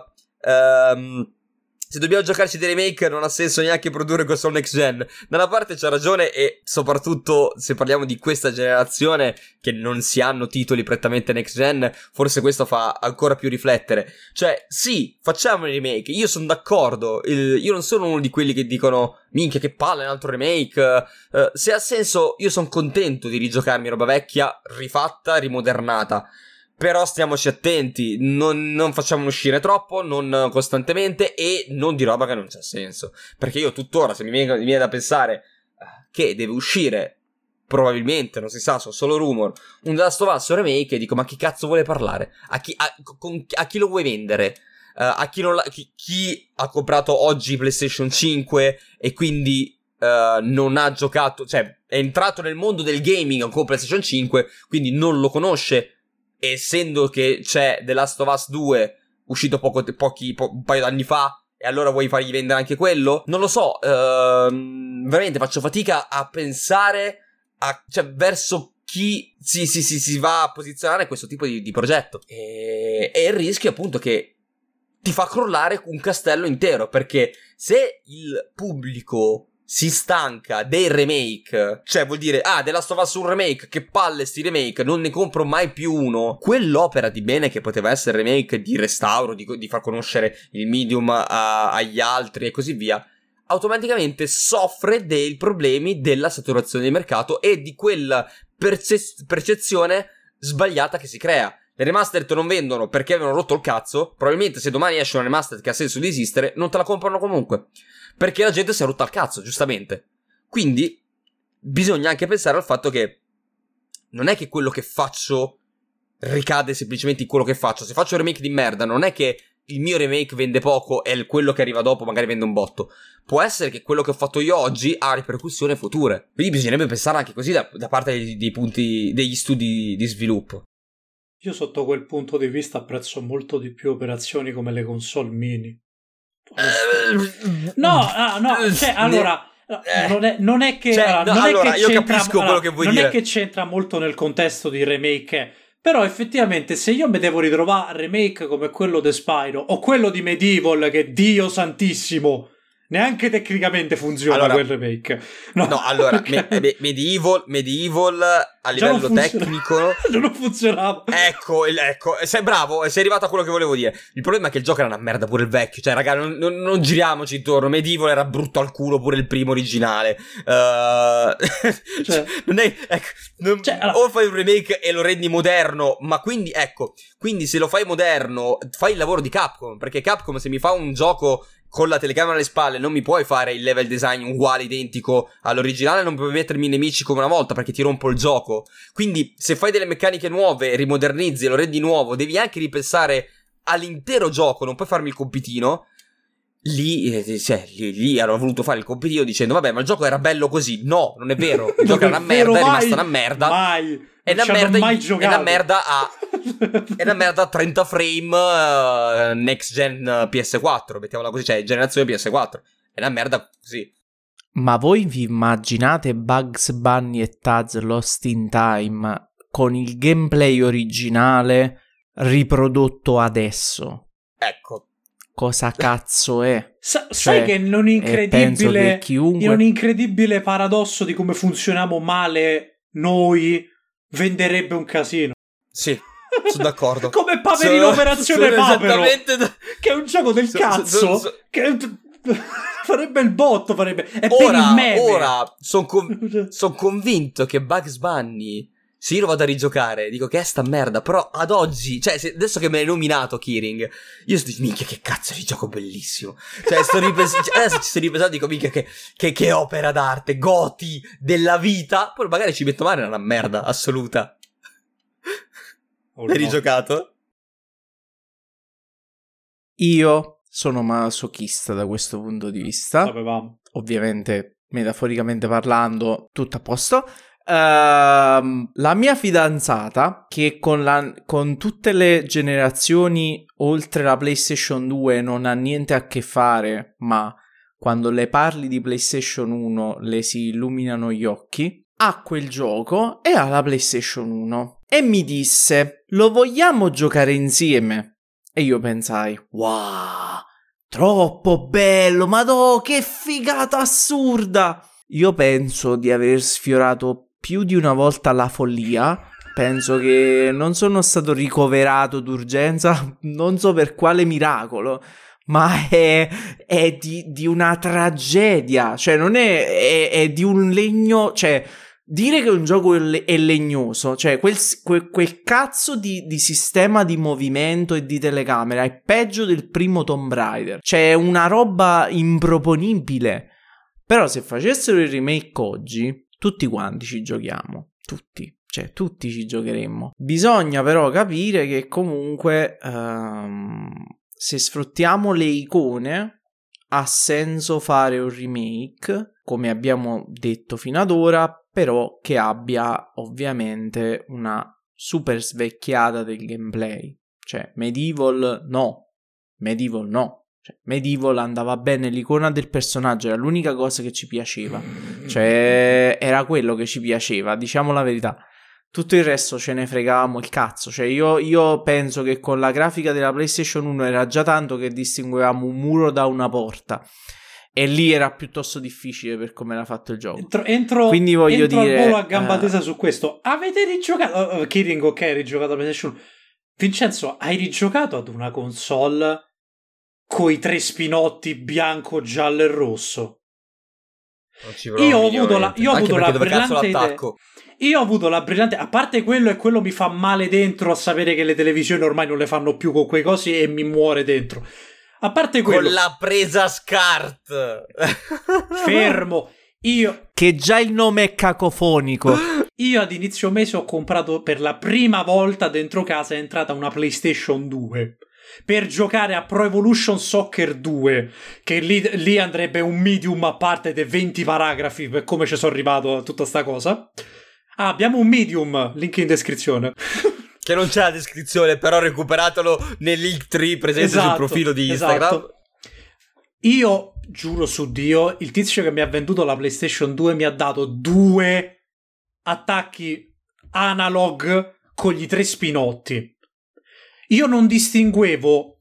se dobbiamo giocarci dei remake non ha senso neanche produrre console next gen. Da una parte c'ha ragione, e soprattutto se parliamo di questa generazione che non si hanno titoli prettamente next gen, forse questo fa ancora più riflettere. Cioè sì, facciamo i remake, io sono d'accordo, io non sono uno di quelli che dicono minchia che palle un altro remake, se ha senso io sono contento di rigiocarmi roba vecchia, rifatta, rimodernata. Però stiamoci attenti, non facciamo uscire troppo, non costantemente, e non di roba che non c'ha senso. Perché io tuttora, se mi viene da pensare che deve uscire, probabilmente, non si sa, sono solo rumor, un The Last of Us remake, e dico, ma chi cazzo vuole parlare? A chi lo vuoi vendere? A chi ha comprato oggi PlayStation 5 e quindi non ha giocato, cioè è entrato nel mondo del gaming con PlayStation 5, quindi non lo conosce. Essendo che c'è The Last of Us 2 uscito un paio d'anni fa, e allora vuoi fargli vendere anche quello? Non lo so, veramente faccio fatica a pensare cioè, verso chi si va a posizionare questo tipo di progetto. E il rischio appunto che ti fa crollare un castello intero, perché se il pubblico si stanca dei remake, cioè vuol dire, The Last of Us un remake, che palle sti remake, non ne compro mai più uno, quell'opera di bene che poteva essere remake, di restauro, di far conoscere il medium agli altri e così via, automaticamente soffre dei problemi della saturazione di mercato e di quella percezione sbagliata che si crea. Le remastered non vendono perché avevano rotto il cazzo. Probabilmente se domani esce una remastered che ha senso di esistere, non te la comprano comunque, perché la gente si è rotta al cazzo, giustamente. Quindi bisogna anche pensare al fatto che non è che quello che faccio ricade semplicemente in quello che faccio. Se faccio un remake di merda, non è che il mio remake vende poco e quello che arriva dopo magari vende un botto. Può essere che quello che ho fatto io oggi ha ripercussioni future. Quindi bisognerebbe pensare anche così da parte degli studi di sviluppo. Io sotto quel punto di vista apprezzo molto di più operazioni come le console mini. No, cioè, allora, non è che, cioè, non è che io c'entra, capisco quello che vuoi non dire. è che c'entra molto nel contesto di remake, però effettivamente se io mi devo ritrovare remake come quello di Spyro o quello di Medieval, che Dio santissimo, neanche tecnicamente funziona quel remake. No, allora, okay. Medieval a livello tecnico non funzionava. Ecco, sei bravo, sei arrivato a quello che volevo dire. Il problema è che il gioco era una merda pure il vecchio. Cioè, raga, non giriamoci intorno. Medieval era brutto al culo pure il primo originale. Cioè, non è, ecco, allora, o fai un remake e lo rendi moderno, ma quindi, ecco, quindi se lo fai moderno, fai il lavoro di Capcom, perché Capcom, se mi fa un gioco con la telecamera alle spalle, non mi puoi fare il level design uguale, identico all'originale, non puoi mettermi i nemici come una volta perché ti rompo il gioco. Quindi se fai delle meccaniche nuove, rimodernizzi e lo rendi nuovo, devi anche ripensare all'intero gioco, non puoi farmi il compitino. Lì hanno voluto fare il compitino dicendo vabbè, ma il gioco era bello così. No, non è vero, il gioco era una merda, è rimasta una merda. Mai. È una merda è una merda a 30 frame next gen PS4, mettiamola così, cioè generazione PS4. È una merda così. Ma voi vi immaginate Bugs Bunny e Taz Lost in Time con il gameplay originale riprodotto adesso? Ecco. Cosa cazzo è? Sai che non incredibile, in un incredibile paradosso di come funzioniamo male noi, venderebbe un casino. Sì, sono d'accordo. Come Paperino Operazione Papero, che è un gioco del cazzo, che farebbe il botto, farebbe. È per il meme. Ora sono convinto che Bugs Bunny, se io lo vado a rigiocare, dico che è sta merda, però ad oggi, cioè adesso che me l'hai nominato Kiring, io sto dicendo, minchia che cazzo di gioco bellissimo. Cioè adesso ci sto ripensando, dico minchia che opera d'arte, goti della vita. Poi magari ci metto male, è una merda assoluta. L'hai rigiocato? Io sono masochista da questo punto di vista. Sapevamo. Ovviamente, metaforicamente parlando, tutto a posto. La mia fidanzata, che con tutte le generazioni oltre la PlayStation 2 non ha niente a che fare, ma quando le parli di PlayStation 1 le si illuminano gli occhi, ha quel gioco e ha la PlayStation 1 e mi disse: lo vogliamo giocare insieme? E io pensai: wow, troppo bello, madò, che figata assurda. Io penso di aver sfiorato più di una volta la follia. Penso che non sono stato ricoverato d'urgenza, non so per quale miracolo, ma è di una tragedia. Cioè non è di un legno, cioè dire che un gioco è legnoso, cioè quel cazzo di sistema di movimento e di telecamera è peggio del primo Tomb Raider. Cioè è una roba improponibile. Però se facessero il remake oggi, tutti quanti ci giochiamo. Tutti. Cioè, tutti ci giocheremmo. Bisogna però capire che comunque se sfruttiamo le icone ha senso fare un remake, come abbiamo detto fino ad ora, però che abbia ovviamente una super svecchiata del gameplay. Cioè, Medieval no. Cioè, Medieval andava bene, l'icona del personaggio era l'unica cosa che ci piaceva. Cioè, era quello che ci piaceva, diciamo la verità. Tutto il resto ce ne fregavamo il cazzo. Cioè, io penso che con la grafica della PlayStation 1 era già tanto che distinguevamo un muro da una porta. E lì era piuttosto difficile per come era fatto il gioco. Quindi voglio dire, al volo a gamba tesa su questo. Avete rigiocato? Kidding, ok, hai rigiocato la PlayStation 1. Vincenzo, hai rigiocato ad una console coi 3 spinotti bianco, giallo e rosso? Io ho avuto la brillante idea. Io ho avuto la brillante, a parte quello, e quello mi fa male dentro a sapere che le televisioni ormai non le fanno più con quei cosi e mi muore dentro. A parte quello, con la presa SCART. Fermo. Che già il nome è cacofonico. Io ad inizio mese ho comprato per la prima volta dentro casa, è entrata una PlayStation 2 per giocare a Pro Evolution Soccer 2, che lì andrebbe un medium a parte dei 20 paragrafi per come ci sono arrivato a tutta sta cosa. Abbiamo un medium, link in descrizione. Che non c'è la descrizione, però recuperatelo nel link tree presente sul profilo di Instagram. Esatto. Io giuro su Dio, il tizio che mi ha venduto la PlayStation 2 mi ha dato 2 attacchi analog con gli 3 spinotti. Io non distinguevo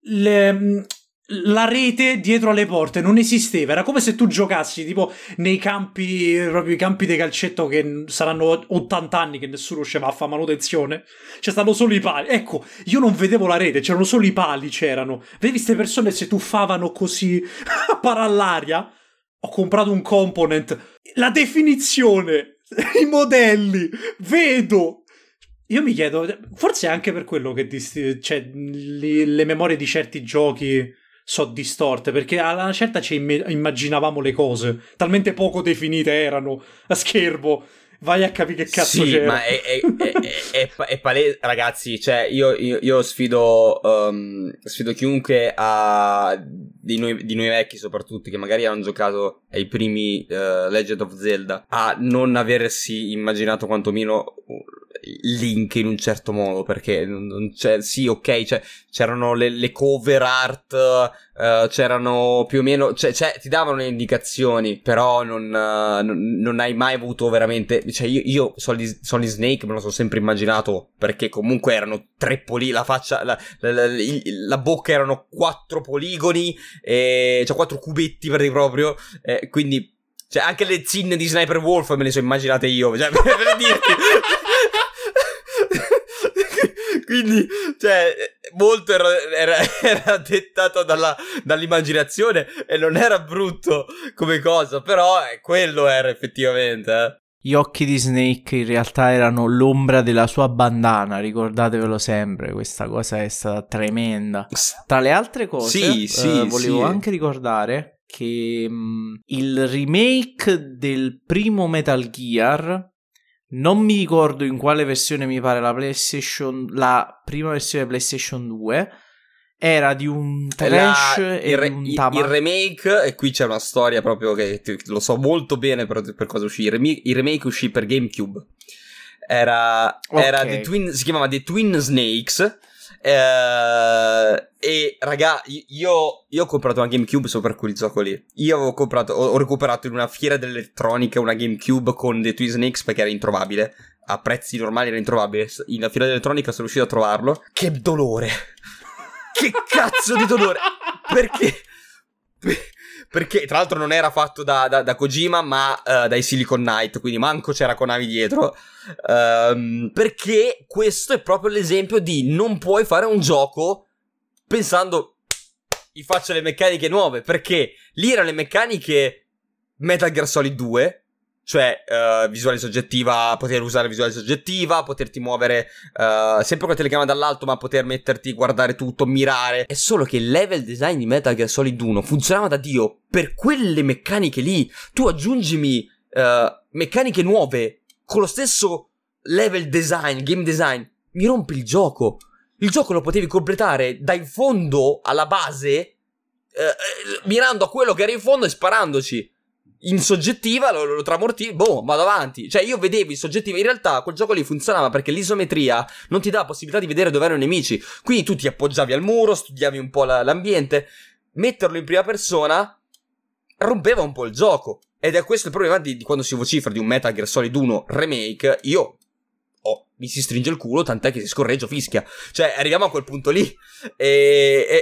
la rete dietro alle porte, non esisteva. Era come se tu giocassi tipo nei campi, proprio i campi di calcetto che saranno 80 anni che nessuno usciva a fare manutenzione. C'è stanno solo i pali. Ecco, io non vedevo la rete, c'erano solo i pali, c'erano. Vedi queste persone si tuffavano così a parallaria? Ho comprato un component. La definizione, i modelli, vedo. Io mi chiedo, forse è anche per quello che cioè, le memorie di certi giochi sono distorte, perché alla certa ci immaginavamo le cose, talmente poco definite erano a schermo. Vai a capire che cazzo c'era. Ma è palese, ragazzi. Cioè, io sfido chiunque di noi vecchi, soprattutto, che magari hanno giocato ai primi Legend of Zelda, a non aversi immaginato quantomeno Link in un certo modo, perché non c'è, sì, ok, cioè, c'erano le cover art, c'erano più o meno, cioè ti davano le indicazioni, però non hai mai avuto veramente, cioè io Solid Snake me lo sono sempre immaginato, perché comunque erano 3 la faccia, la bocca erano 4 poligoni, cioè 4 cubetti proprio, quindi, cioè anche le zinne di Sniper Wolf me le sono immaginate io, cioè per dirti. Quindi, cioè, molto era dettato dall'immaginazione e non era brutto come cosa, però quello era effettivamente. Gli occhi di Snake in realtà erano l'ombra della sua bandana, ricordatevelo sempre, questa cosa è stata tremenda. Tra le altre cose, volevo anche ricordare che il remake del primo Metal Gear, non mi ricordo in quale versione, mi pare la prima versione PlayStation 2, era di un trash e un il remake, e qui c'è una storia proprio che lo so molto bene per cosa uscì. Il remake uscì per GameCube. Era si chiamava The Twin Snakes. E raga, io ho comprato una GameCube solo per quel gioco lì. Ho recuperato in una fiera dell'elettronica una GameCube con The Twin Snakes, perché era introvabile. A prezzi normali era introvabile. In una fiera dell'elettronica sono riuscito a trovarlo. Che dolore! Che cazzo di dolore! Perché tra l'altro non era fatto da Kojima, ma dai Silicon Knight, quindi manco c'era Konami dietro, perché questo è proprio l'esempio di non puoi fare un gioco pensando gli faccio le meccaniche nuove, perché lì erano le meccaniche Metal Gear Solid 2, cioè visuale soggettiva, poter usare visuale soggettiva, poterti muovere sempre con la telecamera dall'alto, ma poter metterti, guardare tutto, mirare. È solo che il level design di Metal Gear Solid 1 funzionava da Dio per quelle meccaniche lì. Tu aggiungimi meccaniche nuove con lo stesso level design, game design, mi rompi il gioco. Il gioco lo potevi completare da in fondo alla base, mirando a quello che era in fondo e sparandoci. In soggettiva lo tramortivi, boh, vado avanti. Cioè io vedevo in soggettiva, in realtà quel gioco lì funzionava perché l'isometria non ti dà la possibilità di vedere dove erano i nemici. Quindi tu ti appoggiavi al muro, studiavi un po' l'ambiente. Metterlo in prima persona rompeva un po' il gioco. Ed è questo il problema di quando si vocifera di un Metal Gear Solid 1 remake. Mi si stringe il culo, tant'è che si scorreggia, fischia. Cioè arriviamo a quel punto lì e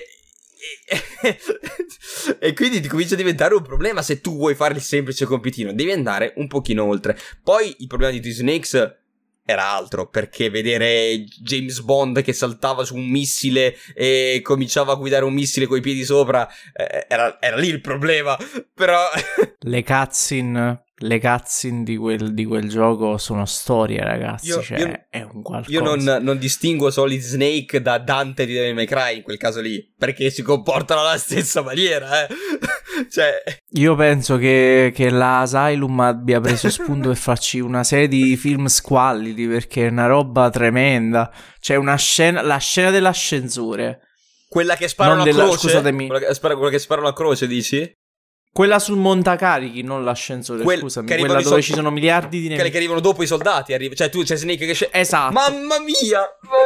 quindi ti comincia a diventare un problema se tu vuoi fare il semplice compitino. Devi andare un pochino oltre. Poi il problema di Twin Snakes era altro, perché vedere James Bond che saltava su un missile e cominciava a guidare un missile coi piedi sopra era lì il problema. Però le cutscene di quel gioco sono storie, ragazzi. È un qualcosa. Io non distingo Solid Snake da Dante di Devil May Cry in quel caso lì, perché si comportano alla stessa maniera, Cioè, io penso che la Asylum abbia preso spunto per farci una serie di film squallidi, perché è una roba tremenda. C'è la scena dell'ascensore, quella che sparano a croce. Scusatemi, quella che sparano a croce, dici? Quella sul montacarichi, non l'ascensore, scusami. Quella dove ci sono miliardi di nemici. Quelle che arrivano dopo i soldati. Cioè tu c'è Snake che esatto. Mamma mia.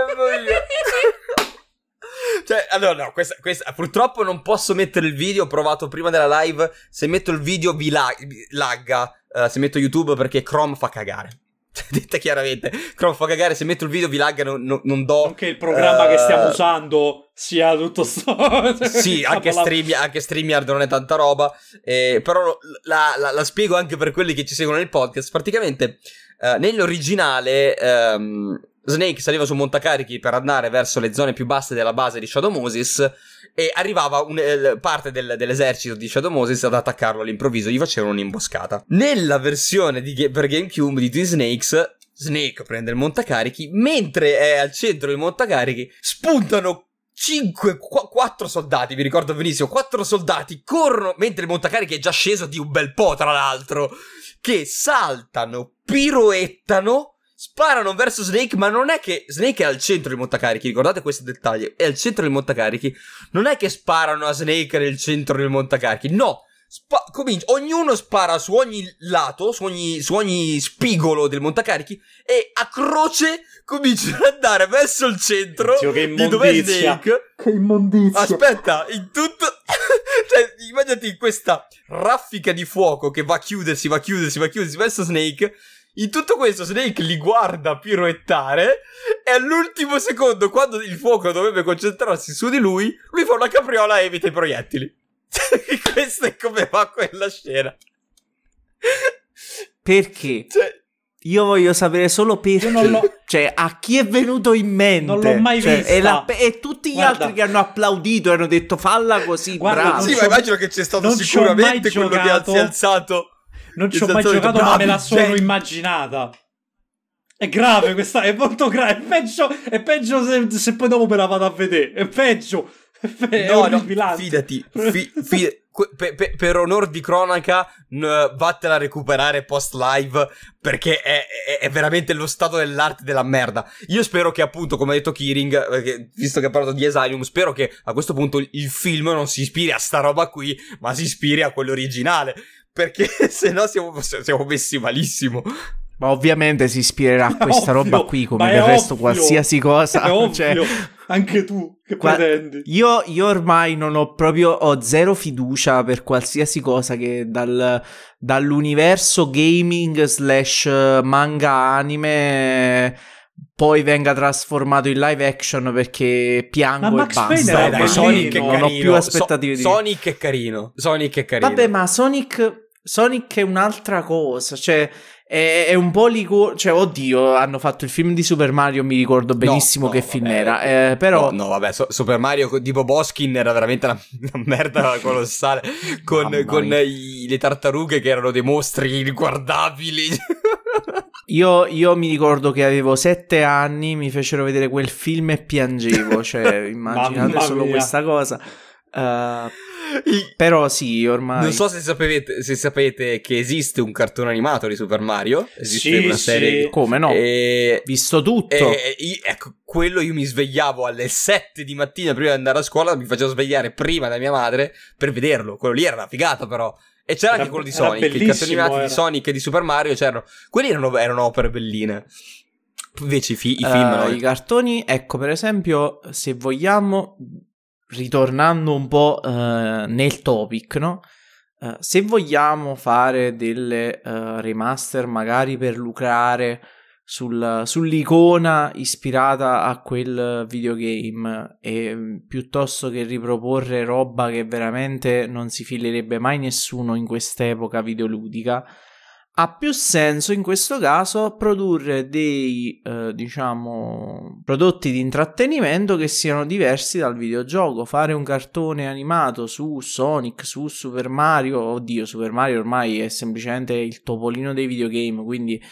Cioè, allora no, questa purtroppo non posso mettere il video. Ho provato prima della live. Se metto il video vi lagga. Se metto YouTube, perché Chrome fa cagare. Detta chiaramente, Chrome fa cagare. Se metto il video vi lagga, non do. Non che il programma che stiamo usando sia tutto sto. Sì, anche StreamYard non è tanta roba, però la spiego anche per quelli che ci seguono nel podcast. Praticamente nell'originale Snake saliva su montacarichi per andare verso le zone più basse della base di Shadow Moses, e arrivava parte dell'esercito di Shadow Moses ad attaccarlo all'improvviso. Gli facevano un'imboscata. Nella versione per GameCube di Twin Snakes, Snake prende il montacarichi, mentre è al centro del montacarichi spuntano 4 soldati, vi ricordo benissimo, 4 soldati corrono, mentre il montacarichi è già sceso di un bel po', tra l'altro, che saltano, piroettano, sparano verso Snake. Ma non è che Snake è al centro del montacarichi, ricordate questo dettaglio, è al centro del montacarichi. Non è che sparano a Snake nel centro del montacarichi, no, ognuno spara su ogni lato, su ogni spigolo del montacarichi, e a croce cominciano ad andare verso il centro. Di dove è Snake. Che immondizia. Aspetta, in tutto cioè, immaginati in questa raffica di fuoco che va a chiudersi verso Snake. In tutto questo Snake li guarda piroettare, e all'ultimo secondo, quando il fuoco dovrebbe concentrarsi su di lui fa una capriola e evita i proiettili. Questo è come va quella scena. Perché? Io voglio sapere solo perché. Cioè, a chi è venuto in mente? Non l'ho mai vista. E tutti gli altri che hanno applaudito e hanno detto falla così, bravo. Sì, ma immagino che c'è stato sicuramente quello che si è alzato. Non ci ho mai giocato, ma me la sono immaginata. È grave questa, è molto grave. È peggio se poi dopo me la vado a vedere. È peggio. È orripilante. Fidati. Per onor di cronaca, vattela a recuperare post live, perché è veramente lo stato dell'arte della merda. Io spero che, appunto, come ha detto Kiring, visto che ha parlato di Asylum, spero che a questo punto il film non si ispiri a sta roba qui, ma si ispiri a quello originale, perché se no siamo messi malissimo. Ma ovviamente si ispirerà a questa roba qui, come del resto qualsiasi cosa. È ovvio. Anche tu, che pretendi? Io ormai ho zero fiducia per qualsiasi cosa che dall'universo gaming / manga anime poi venga trasformato in live action, perché piango e basta. Dai, Sonic è carino. Non ho più aspettative di Sonic è carino. Vabbè, ma Sonic è un'altra cosa, cioè È un po' cioè, oddio, hanno fatto il film di Super Mario, mi ricordo benissimo che film era. Però... No, vabbè, Super Mario di Bob Hoskin era veramente una merda colossale. con le tartarughe che erano dei mostri inguardabili. Io mi ricordo che avevo 7 anni, mi fecero vedere quel film e piangevo. Cioè, immaginate solo questa cosa. Però sì, ormai non so se sapete che esiste un cartone animato di Super Mario. Esiste una serie. Sì. Come no? Visto tutto. Ecco, quello io mi svegliavo alle 7 di mattina prima di andare a scuola. Mi facevo svegliare prima da mia madre per vederlo. Quello lì era una figata, però. E c'era anche quello di Sonic. I cartoni animati di Sonic e di Super Mario c'erano. Quelli erano opere belline. Invece i film no. I cartoni, ecco, per esempio, se vogliamo, ritornando un po' nel topic, no? Se vogliamo fare delle remaster magari per lucrare sull'icona ispirata a quel videogame, e piuttosto che riproporre roba che veramente non si filerebbe mai nessuno in quest'epoca videoludica, ha più senso in questo caso produrre dei diciamo prodotti di intrattenimento che siano diversi dal videogioco. Fare un cartone animato su Sonic, su Super Mario. Oddio, Super Mario ormai è semplicemente il topolino dei videogame, quindi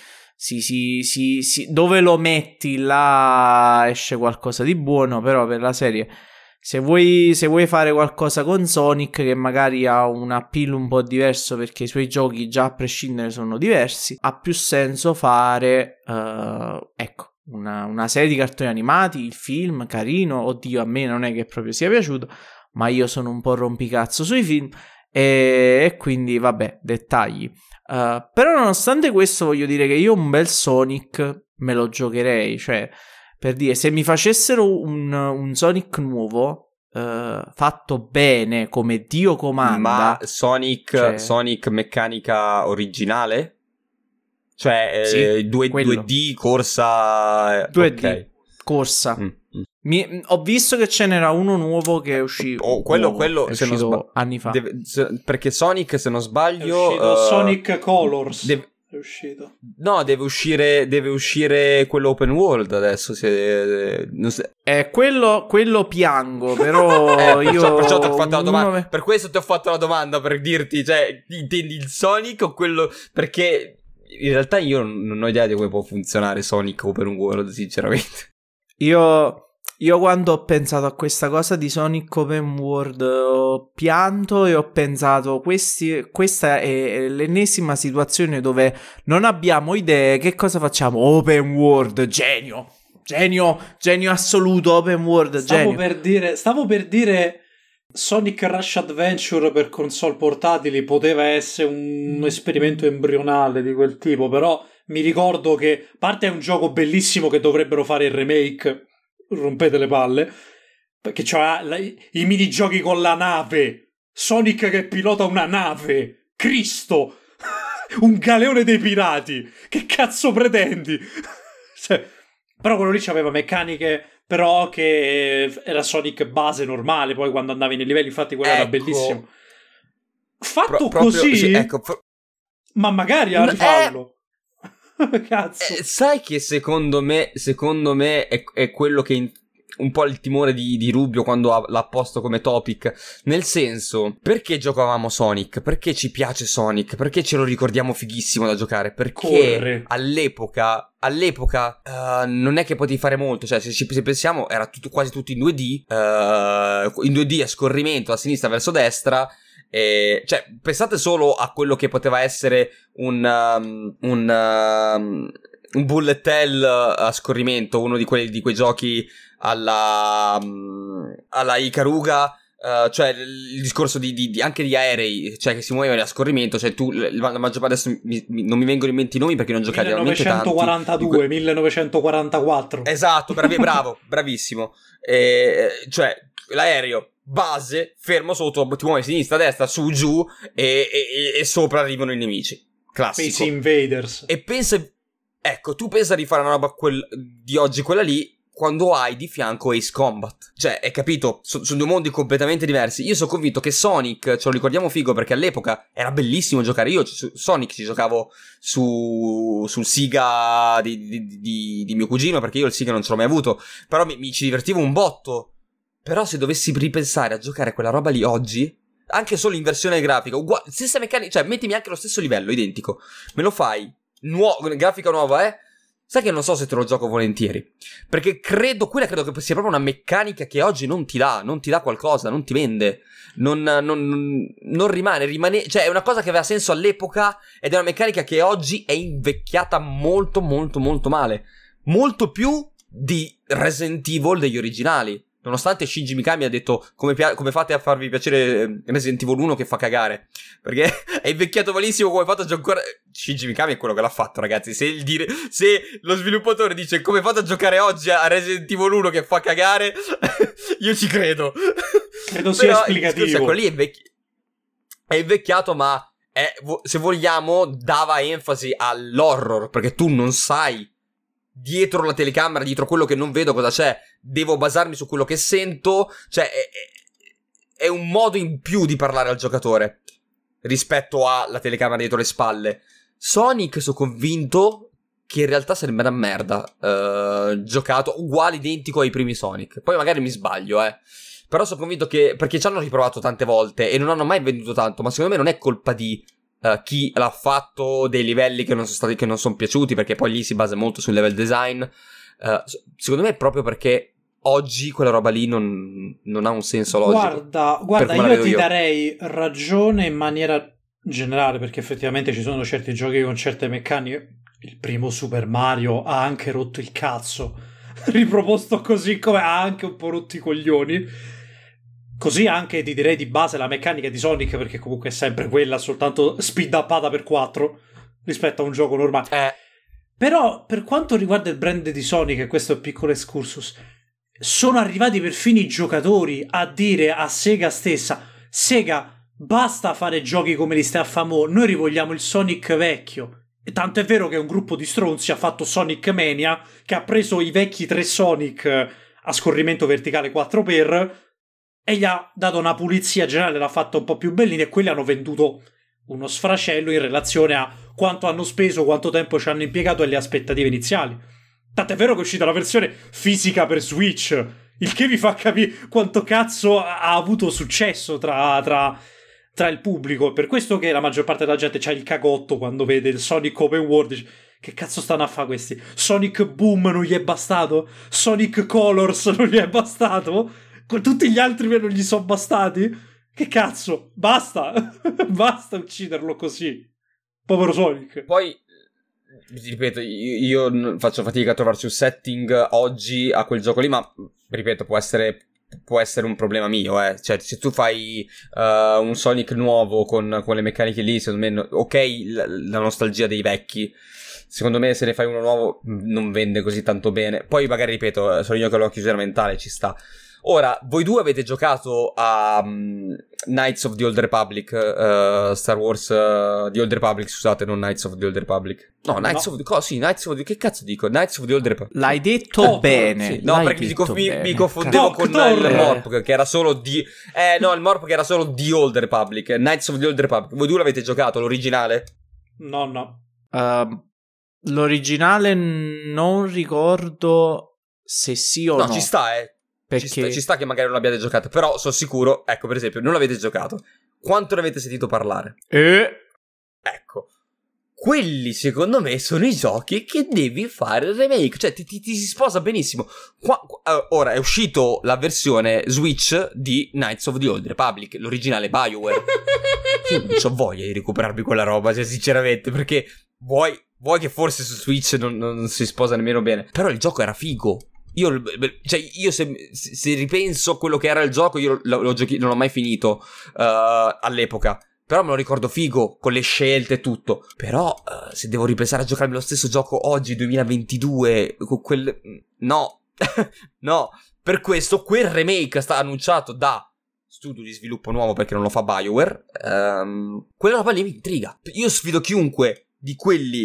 dove lo metti là esce qualcosa di buono. Però per la serie, se vuoi fare qualcosa con Sonic, che magari ha un appeal un po' diverso perché i suoi giochi già a prescindere sono diversi, ha più senso fare ecco, una serie di cartoni animati, il film carino. Oddio, a me non è che proprio sia piaciuto, ma io sono un po' rompicazzo sui film e quindi vabbè, dettagli. Però nonostante questo voglio dire che io un bel Sonic me lo giocherei. Cioè, per dire, se mi facessero un Sonic nuovo fatto bene come Dio comanda. Ma Sonic meccanica originale? Cioè sì, 2D corsa 2D okay. Corsa. Ho visto che ce n'era uno nuovo che è uscito. Quello è se non uscito anni fa. Perché Sonic, se non sbaglio, è uscito Sonic Colors. È uscito. No, deve uscire quello open world adesso. Quello piango, però io perciò ti ho fatto la domanda. Per questo ti ho fatto la domanda, per dirti, cioè, intendi il Sonic o quello? Perché in realtà io non ho idea di come può funzionare Sonic open world, sinceramente. Io quando ho pensato a questa cosa di Sonic Open World ho pianto e ho pensato questa è l'ennesima situazione dove non abbiamo idee, che cosa facciamo? Open World, genio assoluto, Open World, Stavo per dire Sonic Rush Adventure per console portatili poteva essere un esperimento embrionale di quel tipo, però mi ricordo che parte è un gioco bellissimo che dovrebbero fare il remake, rompete le palle, perché c'ha i minigiochi con la nave, Sonic che pilota una nave, Cristo, un galeone dei pirati, che cazzo pretendi? Cioè, però quello lì c'aveva meccaniche, però che era Sonic base normale, poi quando andavi nei livelli, infatti quello era bellissimo. Fatto così, sì, ma magari a rifarlo. Cazzo. Sai che secondo me è quello che un po' il timore di Rubio quando l'ha posto come topic. Nel senso, perché giocavamo Sonic? Perché ci piace Sonic? Perché ce lo ricordiamo fighissimo da giocare? Perché all'epoca non è che potevi fare molto. Cioè, se pensiamo, era quasi tutto in 2D, in 2D a scorrimento, da sinistra verso destra. Cioè, pensate solo a quello che poteva essere un bullet hell a scorrimento, uno di quei giochi alla Ikaruga, cioè il discorso anche di aerei, cioè che si muovevano a scorrimento. Cioè tu, la maggior parte, adesso non mi vengono in mente i nomi perché non giocati veramente tanti. 1942, 1944. Esatto, bravo, bravissimo. Cioè l'aereo base, fermo sotto, ti muovi a sinistra, a destra, su, giù e sopra arrivano i nemici. Classico. Space Invaders. E tu pensa di fare una roba di oggi, quella lì, quando hai di fianco Ace Combat. Cioè, hai capito? Sono due mondi completamente diversi. Io sono convinto che Sonic, ce lo ricordiamo figo perché all'epoca era bellissimo giocare. Io Sonic ci giocavo sul Sega di mio cugino, perché io il Sega non ce l'ho mai avuto. Però mi ci divertivo un botto. Però se dovessi ripensare a giocare quella roba lì oggi, anche solo in versione grafica, stessa meccanica, cioè mettimi anche lo stesso livello, identico. Me lo fai, grafica nuova, sai che non so se te lo gioco volentieri. Perché credo che sia proprio una meccanica che oggi non ti dà qualcosa, non ti vende. Non rimane. Cioè, è una cosa che aveva senso all'epoca ed è una meccanica che oggi è invecchiata molto, molto, molto male. Molto più di Resident Evil degli originali. Nonostante Shinji Mikami ha detto come fate a farvi piacere Resident Evil 1 che fa cagare, perché è invecchiato malissimo, come fate a giocare. Shinji Mikami è quello che l'ha fatto, ragazzi. Se lo sviluppatore dice come fate a giocare oggi a Resident Evil 1 che fa cagare, io ci credo. Credo sia esplicativo. Quello lì è invecchiato, ma se vogliamo dava enfasi all'horror, perché tu non sai dietro la telecamera, dietro quello che non vedo cosa c'è, devo basarmi su quello che sento. Cioè è un modo in più di parlare al giocatore rispetto alla telecamera dietro le spalle. Sonic sono convinto che in realtà sarebbe una merda giocato uguale, identico ai primi Sonic. Poi magari mi sbaglio, però sono convinto che, perché ci hanno riprovato tante volte e non hanno mai venduto tanto, ma secondo me non è colpa di chi l'ha fatto, dei livelli che non sono piaciuti, perché poi lì si basa molto sul level design. Secondo me è proprio perché oggi quella roba lì non ha un senso logico. Guarda, io ti darei ragione in maniera generale, perché effettivamente ci sono certi giochi con certe meccaniche. Il primo Super Mario ha anche rotto il cazzo, riproposto così come ha anche un po' rotto i coglioni. Così anche ti direi di base la meccanica di Sonic, perché comunque è sempre quella, soltanto speed upata per 4 rispetto a un gioco normale. Però per quanto riguarda il brand di Sonic, e questo è un piccolo excursus, sono arrivati perfino i giocatori a dire a Sega stessa: Sega, basta fare giochi come li stai a famo, noi rivogliamo il Sonic vecchio. E tanto è vero che un gruppo di stronzi ha fatto Sonic Mania, che ha preso i vecchi 3 Sonic a scorrimento verticale 4x e gli ha dato una pulizia generale, l'ha fatto un po' più bellini, e quelli hanno venduto uno sfracello in relazione a quanto hanno speso, quanto tempo ci hanno impiegato e le aspettative iniziali. Tant'è vero che è uscita la versione fisica per Switch, il che vi fa capire quanto cazzo ha avuto successo tra il pubblico. Per questo che la maggior parte della gente c'ha il cagotto quando vede il Sonic Open World, dice: che cazzo stanno a fare questi? Sonic Boom non gli è bastato? Sonic Colors non gli è bastato? Tutti gli altri non gli sono bastati? Che cazzo? Basta! Basta ucciderlo così. Povero Sonic. Poi, ripeto, io faccio fatica a trovarci un setting oggi a quel gioco lì, ma, ripeto, può essere un problema mio, Cioè, se tu fai un Sonic nuovo con le meccaniche lì, secondo me, ok, la nostalgia dei vecchi. Secondo me se ne fai uno nuovo non vende così tanto bene. Poi magari, ripeto, sono io che l'ho a chiusura mentale, ci sta. Ora, voi due avete giocato a Knights of the Old Republic, Star Wars The Old Republic, scusate, non Knights of the Old Republic. No, Knights of the... Che cazzo dico? Knights of the Old Republic. L'hai detto bene. Sì. No, perché mi confondevo con il Morp, che era solo di... il Morp che era solo The Old Republic. Knights of the Old Republic. Voi due l'avete giocato, l'originale? No. L'originale non ricordo se sì o no. No, ci sta, Perché... Ci sta che magari non l'abbiate giocato, però sono sicuro, ecco, per esempio, non l'avete giocato. Quanto ne avete sentito parlare? Ecco, quelli secondo me sono i giochi che devi fare il remake, cioè ti si sposa benissimo. Ora è uscito la versione Switch di Knights of the Old Republic, l'originale BioWare. Io non c'ho voglia di recuperarmi quella roba, cioè sinceramente, perché vuoi che forse su Switch non si sposa nemmeno bene, però il gioco era figo. Io se ripenso a quello che era il gioco, io non l'ho mai finito all'epoca, però me lo ricordo figo, con le scelte e tutto. Però se devo ripensare a giocarmi lo stesso gioco oggi, 2022, con quel... No. No, per questo quel remake sta annunciato da studio di sviluppo nuovo, perché non lo fa BioWare. Quella roba lì mi intriga. Io sfido chiunque di quelli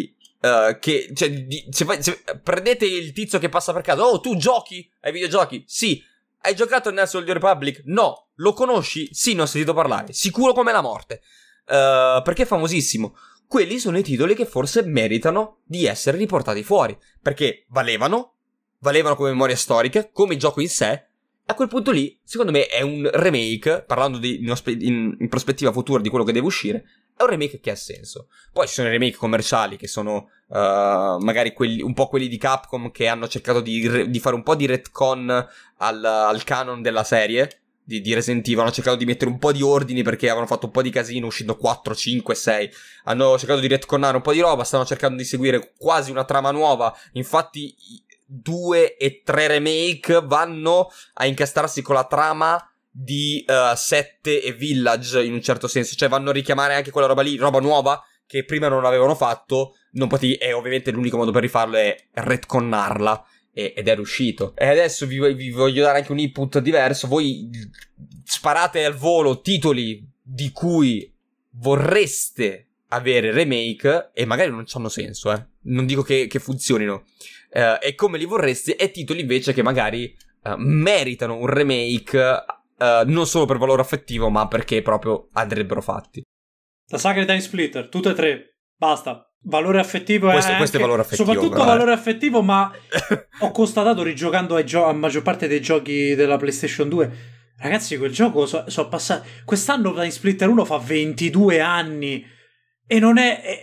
che, cioè, se prendete il tizio che passa per caso, oh, tu giochi ai videogiochi? Sì. Hai giocato nel Knights of the Old Republic? No. Lo conosci? Sì, ne ho sentito parlare. Sicuro come la morte. Perché è famosissimo. Quelli sono i titoli che forse meritano di essere riportati fuori. Perché valevano come memorie storiche, come gioco in sé. A quel punto lì, secondo me, è un remake, parlando in prospettiva futura di quello che deve uscire, è un remake che ha senso. Poi ci sono i remake commerciali che sono magari un po' quelli di Capcom, che hanno cercato di fare un po' di retcon al canon della serie di Resident Evil. Hanno cercato di mettere un po' di ordini perché avevano fatto un po' di casino uscendo 4, 5, 6. Hanno cercato di retconnare un po' di roba, stanno cercando di seguire quasi una trama nuova. Infatti 2 e 3 remake vanno a incastrarsi con la trama di 7 e Village, in un certo senso. Cioè vanno a richiamare anche quella roba lì, roba nuova che prima non avevano fatto. E ovviamente l'unico modo per rifarlo è retconnarla, ed è riuscito. E adesso vi voglio dare anche un input diverso. Voi sparate al volo titoli di cui vorreste avere remake e magari non c'hanno senso, non dico che funzionino, e come li vorreste, e titoli invece che magari meritano un remake, non solo per valore affettivo, ma perché proprio andrebbero fatti. La saga di Time Splitter, tutte e tre, basta. Valore affettivo, questo è valore affettivo, soprattutto valore affettivo, ma ho constatato rigiocando a maggior parte dei giochi della PlayStation 2, ragazzi, quel gioco so passati. Quest'anno Time Splitter 1 fa 22 anni e non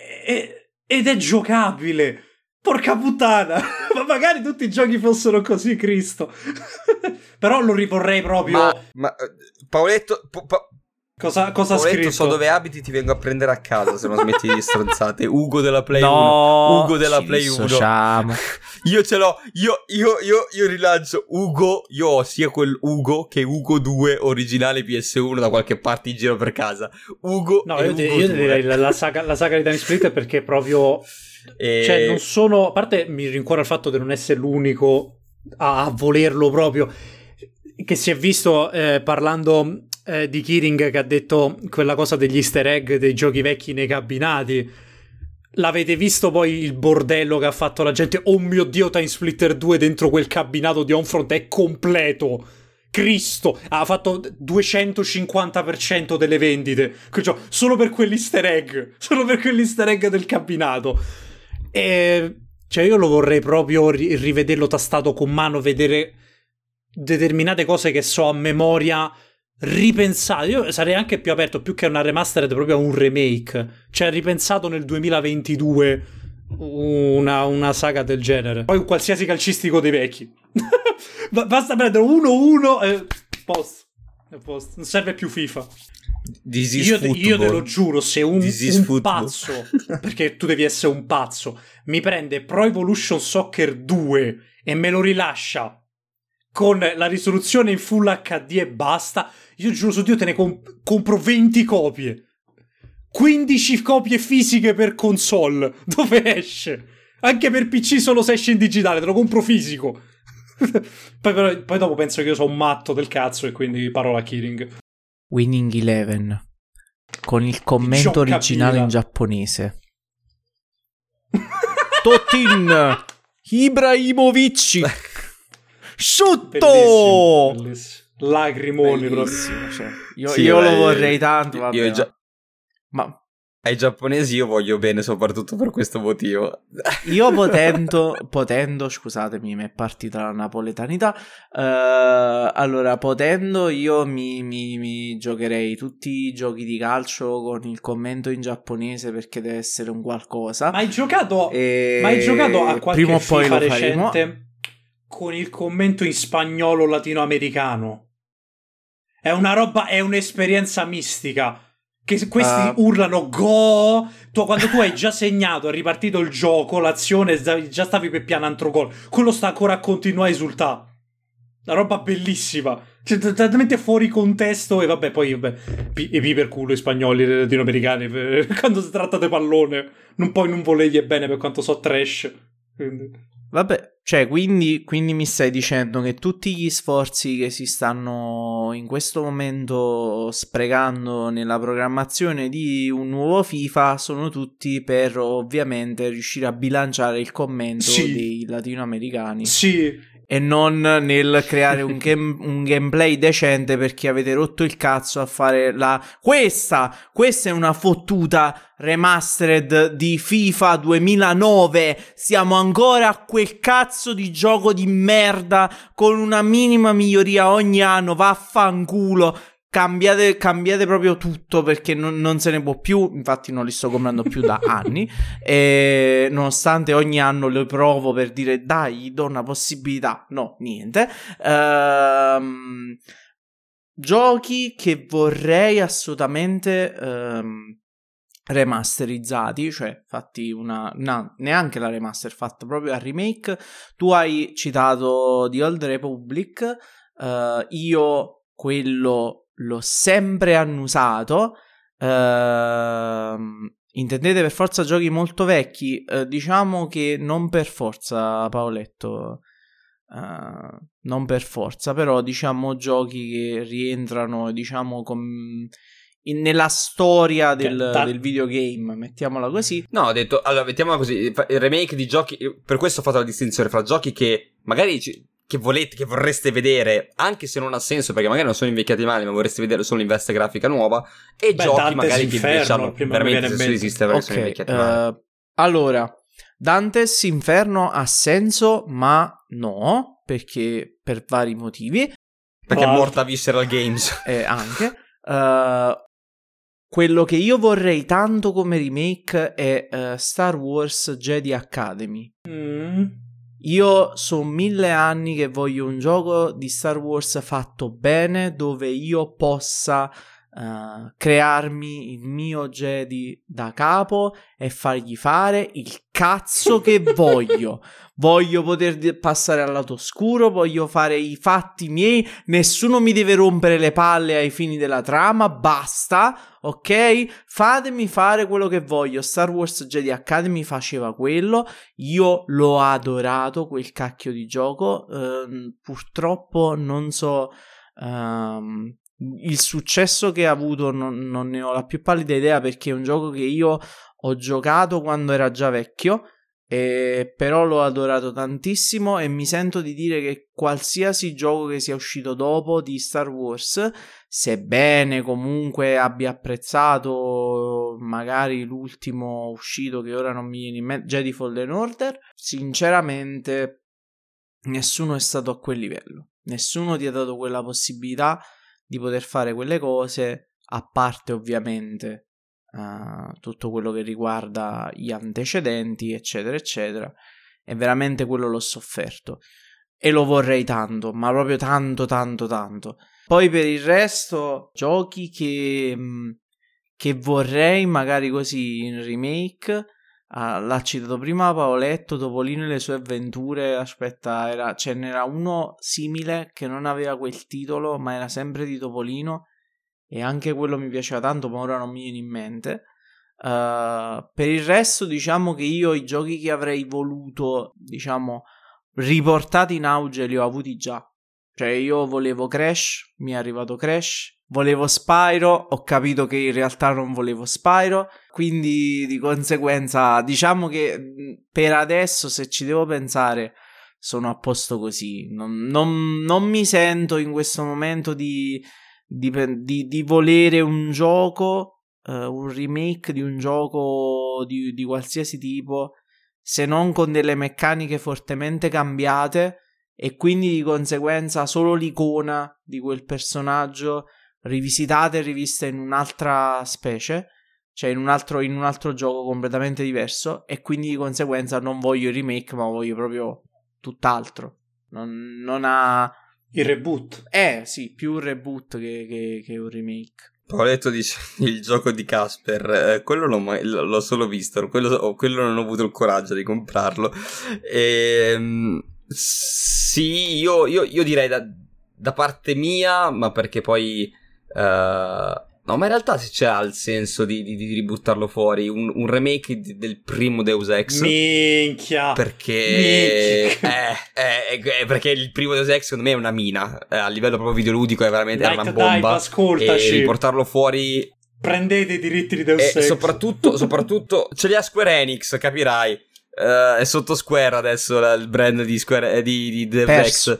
ed è giocabile. Porca puttana. Ma magari tutti i giochi fossero così, Cristo. Però lo rivorrei proprio. Ma Paoletto, Cosa ha scritto? So dove abiti, ti vengo a prendere a casa se non smetti di stronzate. Ugo della Play 1. Ugo della Play 1. Io ce l'ho. Io rilancio Ugo. Io ho sia quel Ugo che Ugo 2 originale PS1 da qualche parte in giro per casa. Ugo. No, io direi la saga di Time Splitter, perché proprio. Cioè, non sono. A parte mi rincuora il fatto di non essere l'unico a volerlo proprio. Che si è visto parlando di Kiring, che ha detto quella cosa degli easter egg dei giochi vecchi nei cabinati. L'avete visto poi il bordello che ha fatto la gente? Oh mio Dio, Time Splitter 2 dentro quel cabinato di Homefront è completo. Cristo, ha fatto 250% delle vendite solo per quell'easter egg del cabinato. E cioè io lo vorrei proprio rivederlo tastato con mano, vedere determinate cose che so a memoria ripensate. Io sarei anche più aperto, più che una remastered, proprio a un remake, cioè ripensato nel 2022 una saga del genere. Poi un qualsiasi calcistico dei vecchi. Basta prendere 1-1 e posto. Non serve più FIFA. Io te lo giuro, se un pazzo, perché tu devi essere un pazzo, mi prende Pro Evolution Soccer 2 e me lo rilascia con la risoluzione in Full HD e basta, io giuro su Dio te ne compro 20 copie, 15 copie fisiche per console dove esce, anche per PC solo se esce in digitale te lo compro fisico. poi dopo penso che io sono un matto del cazzo e quindi parola a Kiring. Winning Eleven con il commento originale in giapponese. Totin Ibrahimovic Shutto! Bellissimo. Lagrimoni proprio. Cioè, io lo vorrei tanto. Ma ai giapponesi io voglio bene soprattutto per questo motivo. Io potendo, scusatemi, mi è partita la napoletanità. Allora, potendo, io mi giocherei tutti i giochi di calcio con il commento in giapponese, perché deve essere un qualcosa. Ma hai giocato a qualche prima o poi FIFA lo faremo recente con il commento in spagnolo latinoamericano? È una roba, è un'esperienza mistica. Che questi urlano go. Quando tu hai già segnato, è ripartito il gioco, l'azione, già stavi per piano altro gol, quello sta ancora a continuare a esultare. Una roba bellissima, cioè, totalmente fuori contesto. E vabbè, poi pi per culo i spagnoli, i latinoamericani, quando si tratta di pallone non volegli bene, per quanto so trash. Quindi. Vabbè, Cioè, quindi mi stai dicendo che tutti gli sforzi che si stanno in questo momento sprecando nella programmazione di un nuovo FIFA sono tutti per ovviamente riuscire a bilanciare il commento dei latinoamericani. Sì. E non nel creare un gameplay decente, perché avete rotto il cazzo a fare questa è una fottuta remastered di FIFA 2009. Siamo ancora a quel cazzo di gioco di merda con una minima miglioria ogni anno. Vaffanculo. Cambiate proprio tutto, perché non se ne può più. Infatti non li sto comprando più da anni, e nonostante ogni anno lo provo per dire dai, gli do una possibilità. No, niente. Giochi che vorrei assolutamente remasterizzati, cioè fatti neanche la remaster, fatta proprio a remake. Tu hai citato The Old Republic, io quello l'ho sempre annusato. Intendete per forza giochi molto vecchi? Diciamo che non per forza, Paoletto, non per forza, però diciamo giochi che rientrano, diciamo, nella storia del videogame, mettiamola così. No, ho detto, allora, mettiamola così, il remake di giochi, per questo ho fatto la distinzione fra giochi che magari che vorreste vedere, anche se non ha senso perché magari non sono invecchiati male, ma vorreste vedere solo in veste grafica nuova, e giochi Dante's magari Inferno, che invece hanno veramente senso di esistere perché sono invecchiati male. Allora, Dante's Inferno ha senso, ma no, perché per vari motivi. Perché è morta Visceral Games. Anche. Quello che io vorrei tanto come remake è Star Wars Jedi Academy. Io sono 1000 anni che voglio un gioco di Star Wars fatto bene, dove io possa crearmi il mio Jedi da capo e fargli fare il cazzo che voglio. Voglio poter passare al lato oscuro, voglio fare i fatti miei, nessuno mi deve rompere le palle ai fini della trama, basta, ok? Fatemi fare quello che voglio. Star Wars Jedi Academy faceva quello, io l'ho adorato quel cacchio di gioco, purtroppo non so il successo che ha avuto, non ne ho la più pallida idea, perché è un gioco che io ho giocato quando era già vecchio, però l'ho adorato tantissimo, e mi sento di dire che qualsiasi gioco che sia uscito dopo di Star Wars, sebbene comunque abbia apprezzato magari l'ultimo uscito che ora non mi viene in mente, Jedi Fallen Order, sinceramente nessuno è stato a quel livello, nessuno ti ha dato quella possibilità di poter fare quelle cose, a parte ovviamente tutto quello che riguarda gli antecedenti, eccetera eccetera, e veramente quello l'ho sofferto e lo vorrei tanto, ma proprio tanto tanto tanto. Poi per il resto giochi che vorrei magari così in remake, l'ha citato prima Paoletto, Topolino e le sue avventure. Aspetta, ce n'era uno simile che non aveva quel titolo, ma era sempre di Topolino, e anche quello mi piaceva tanto, ma ora non mi viene in mente. Per il resto diciamo che io i giochi che avrei voluto, diciamo, riportati in auge li ho avuti già. Cioè io volevo Crash, mi è arrivato Crash, volevo Spyro, ho capito che in realtà non volevo Spyro, quindi di conseguenza diciamo che per adesso, se ci devo pensare, sono a posto così. Non mi sento in questo momento di volere un gioco, un remake di un gioco di qualsiasi tipo, se non con delle meccaniche fortemente cambiate, e quindi di conseguenza solo l'icona di quel personaggio rivisitata e rivista in un'altra specie, cioè in un altro gioco completamente diverso, e quindi di conseguenza non voglio il remake, ma voglio proprio tutt'altro. Non ha il reboot. Sì, più un reboot che un remake. Paoletto dice il gioco di Casper, quello l'ho solo visto, quello non ho avuto il coraggio di comprarlo. Sì, io direi da parte mia, ma perché poi No, ma in realtà c'ha il senso di ributtarlo fuori. Un remake del primo Deus Ex. Minchia. Perché perché il primo Deus Ex secondo me è una mina. A livello proprio videoludico è veramente era una bomba. Dive, ascoltaci. E riportarlo fuori. Prendete i diritti di Deus Ex. E soprattutto ce li ha Square Enix, capirai. È sotto Square adesso il brand di Square di Deus Ex.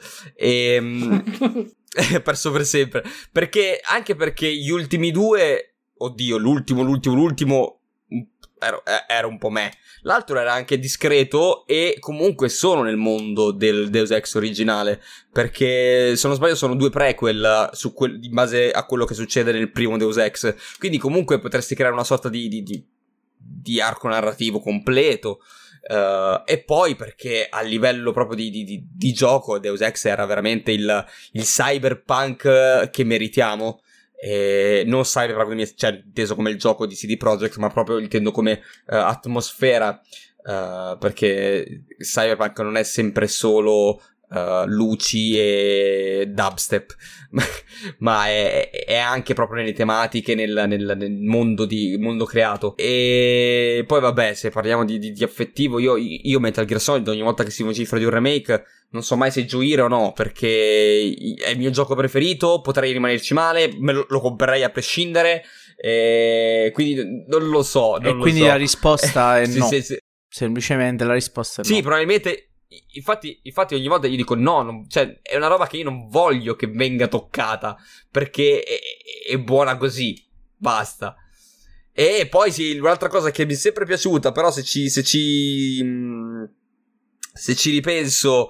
È perso per sempre. Anche perché gli ultimi due, oddio, l'ultimo era un po' me. L'altro era anche discreto e comunque sono nel mondo del Deus Ex originale, perché se non sbaglio sono 2 prequel in base a quello che succede nel primo Deus Ex, quindi comunque potresti creare una sorta di arco narrativo completo. E poi perché a livello proprio di gioco Deus Ex era veramente il cyberpunk che meritiamo. Non cyberpunk, cioè inteso come il gioco di CD Projekt, ma proprio intendo come atmosfera, perché cyberpunk non è sempre solo luci e dubstep, ma è anche proprio nelle tematiche, nel mondo creato. E poi vabbè, se parliamo di affettivo, io Metal Gear Solid ogni volta che si vocifera di un remake non so mai se gioire o no, perché è il mio gioco preferito, potrei rimanerci male, lo comprerei a prescindere, quindi non lo so. Quindi la risposta è no. Sì. Semplicemente la risposta è no. Sì, probabilmente. Infatti ogni volta io dico no, cioè è una roba che io non voglio che venga toccata, perché è buona così, basta. E poi sì, un'altra cosa che mi è sempre piaciuta, però se ci ripenso,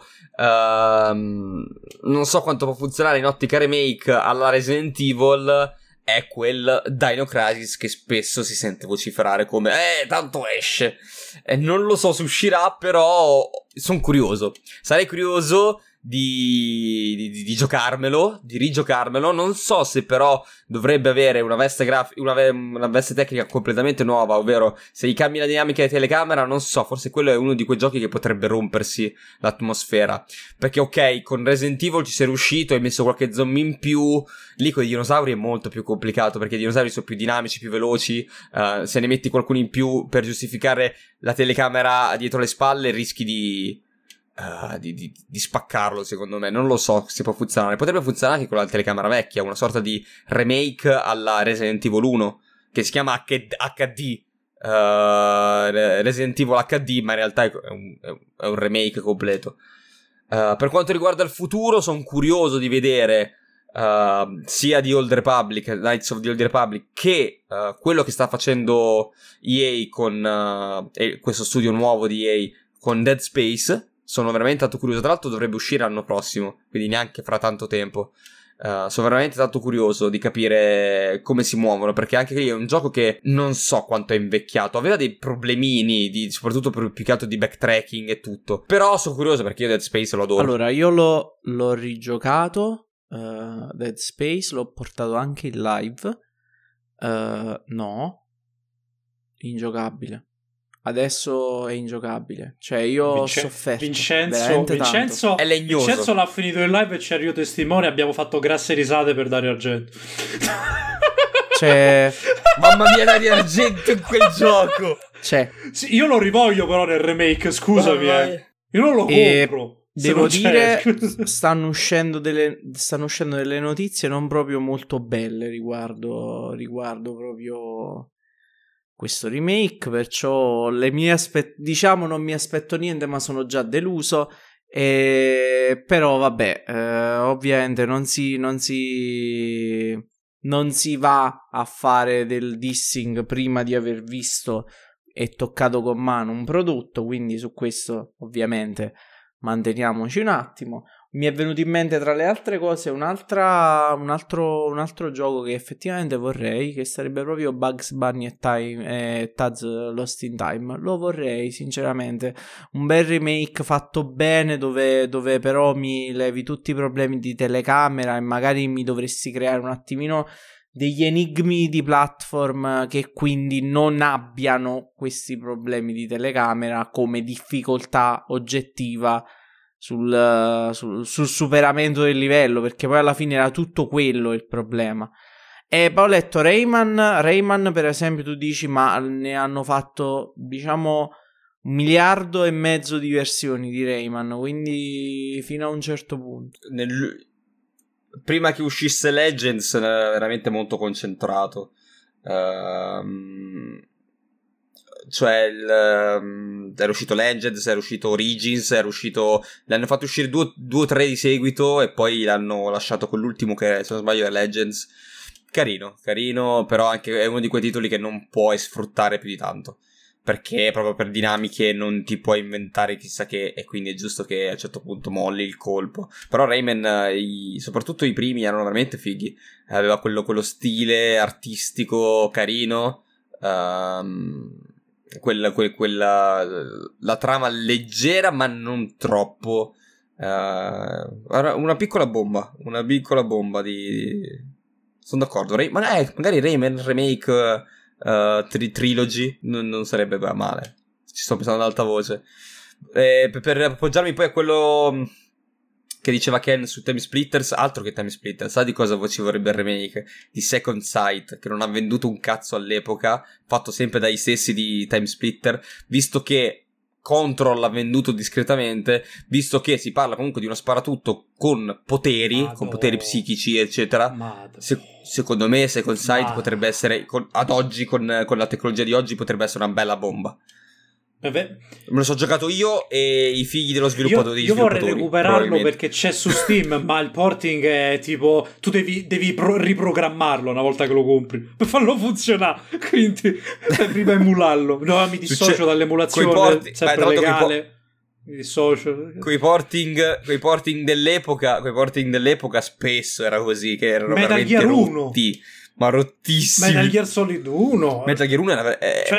non so quanto può funzionare in ottica remake alla Resident Evil, è quel Dino Crisis che spesso si sente vociferare come tanto esce, e non lo so se uscirà, però sono curioso, sarei curioso di giocarmelo, di rigiocarmelo. Non so se però dovrebbe avere una veste una veste tecnica completamente nuova, ovvero se gli cambi la dinamica di telecamera, non so, forse quello è uno di quei giochi che potrebbe rompersi l'atmosfera, perché ok, con Resident Evil ci sei riuscito, hai messo qualche zombie in più, lì con i dinosauri è molto più complicato, perché i dinosauri sono più dinamici, più veloci, se ne metti qualcuno in più per giustificare la telecamera dietro le spalle rischi di spaccarlo, secondo me. Non lo so se può funzionare. Potrebbe funzionare anche con la telecamera vecchia, una sorta di remake alla Resident Evil 1 che si chiama HD, Resident Evil HD, ma in realtà è un remake completo. Per quanto riguarda il futuro, sono curioso di vedere sia di Old Republic, Knights of the Old Republic, che quello che sta facendo EA con questo studio nuovo di EA con Dead Space. Sono veramente tanto curioso. Tra l'altro dovrebbe uscire l'anno prossimo, quindi neanche fra tanto tempo. Sono veramente tanto curioso di capire come si muovono, perché anche lì è un gioco che non so quanto è invecchiato. Aveva dei problemini, soprattutto più che altro di backtracking e tutto. Però sono curioso perché io Dead Space lo adoro. Allora, io l'ho rigiocato, Dead Space, l'ho portato anche in live. No, ingiocabile. Adesso è ingiocabile. Cioè io ho sofferto Vincenzo è legnoso. Vincenzo l'ha finito in live e ci è arrivato testimone. Abbiamo fatto grasse risate per Dario Argento. Cioè mamma mia, Dario Argento in quel gioco. Cioè sì, io lo rivoglio però nel remake, scusami. Io non lo compro. Devo dire, stanno uscendo delle notizie non proprio molto belle riguardo proprio questo remake, perciò diciamo non mi aspetto niente, ma sono già deluso. Però vabbè, ovviamente non si va a fare del dissing prima di aver visto e toccato con mano un prodotto, quindi su questo ovviamente manteniamoci un attimo. Mi è venuto in mente tra le altre cose un altro gioco che effettivamente vorrei, che sarebbe proprio Bugs Bunny e Taz Lost in Time. Lo vorrei sinceramente, un bel remake fatto bene dove però mi levi tutti i problemi di telecamera e magari mi dovresti creare un attimino degli enigmi di platform che quindi non abbiano questi problemi di telecamera come difficoltà oggettiva sul superamento del livello, perché poi alla fine era tutto quello il problema. E poi ho letto Rayman per esempio, tu dici ma ne hanno fatto diciamo 1,5 miliardi di versioni di Rayman, quindi fino a un certo punto. Prima che uscisse Legends era veramente molto concentrato. Cioè era uscito Legends, era uscito Origins, l'hanno fatto uscire due o tre di seguito e poi l'hanno lasciato con l'ultimo che se non sbaglio è Legends. Carino, però anche è uno di quei titoli che non puoi sfruttare più di tanto, perché proprio per dinamiche non ti puoi inventare chissà che, e quindi è giusto che a un certo punto molli il colpo. Però Rayman, soprattutto i primi, erano veramente fighi. Aveva quello stile artistico carino, quella la trama leggera ma non troppo, una piccola bomba di... Sono d'accordo, magari Rayman Remake Trilogy non sarebbe male. Ci sto pensando ad alta voce. Per appoggiarmi poi a quello che diceva Ken su Time Splitters, altro che Time Splitters, sa di cosa ci vorrebbe il remake? Di Second Sight, che non ha venduto un cazzo all'epoca, fatto sempre dai stessi di Time Splitter, visto che Control l'ha venduto discretamente, visto che si parla comunque di uno sparatutto con poteri, con poteri psichici eccetera. Secondo me Second Sight potrebbe essere ad oggi con la tecnologia di oggi potrebbe essere una bella bomba. Me lo so giocato io e i figli dello sviluppatore. Io vorrei recuperarlo perché c'è su Steam, ma il porting è tipo tu devi riprogrammarlo una volta che lo compri per farlo funzionare, quindi prima emularlo. No, mi dissocio dall'emulazione, sempre legale. Mi dissocio. Quei porting dell'epoca spesso era così, che erano Metal veramente Gear 1 rotti, ma rottissimi. Metal Gear Solid 1 Metal Gear 1 era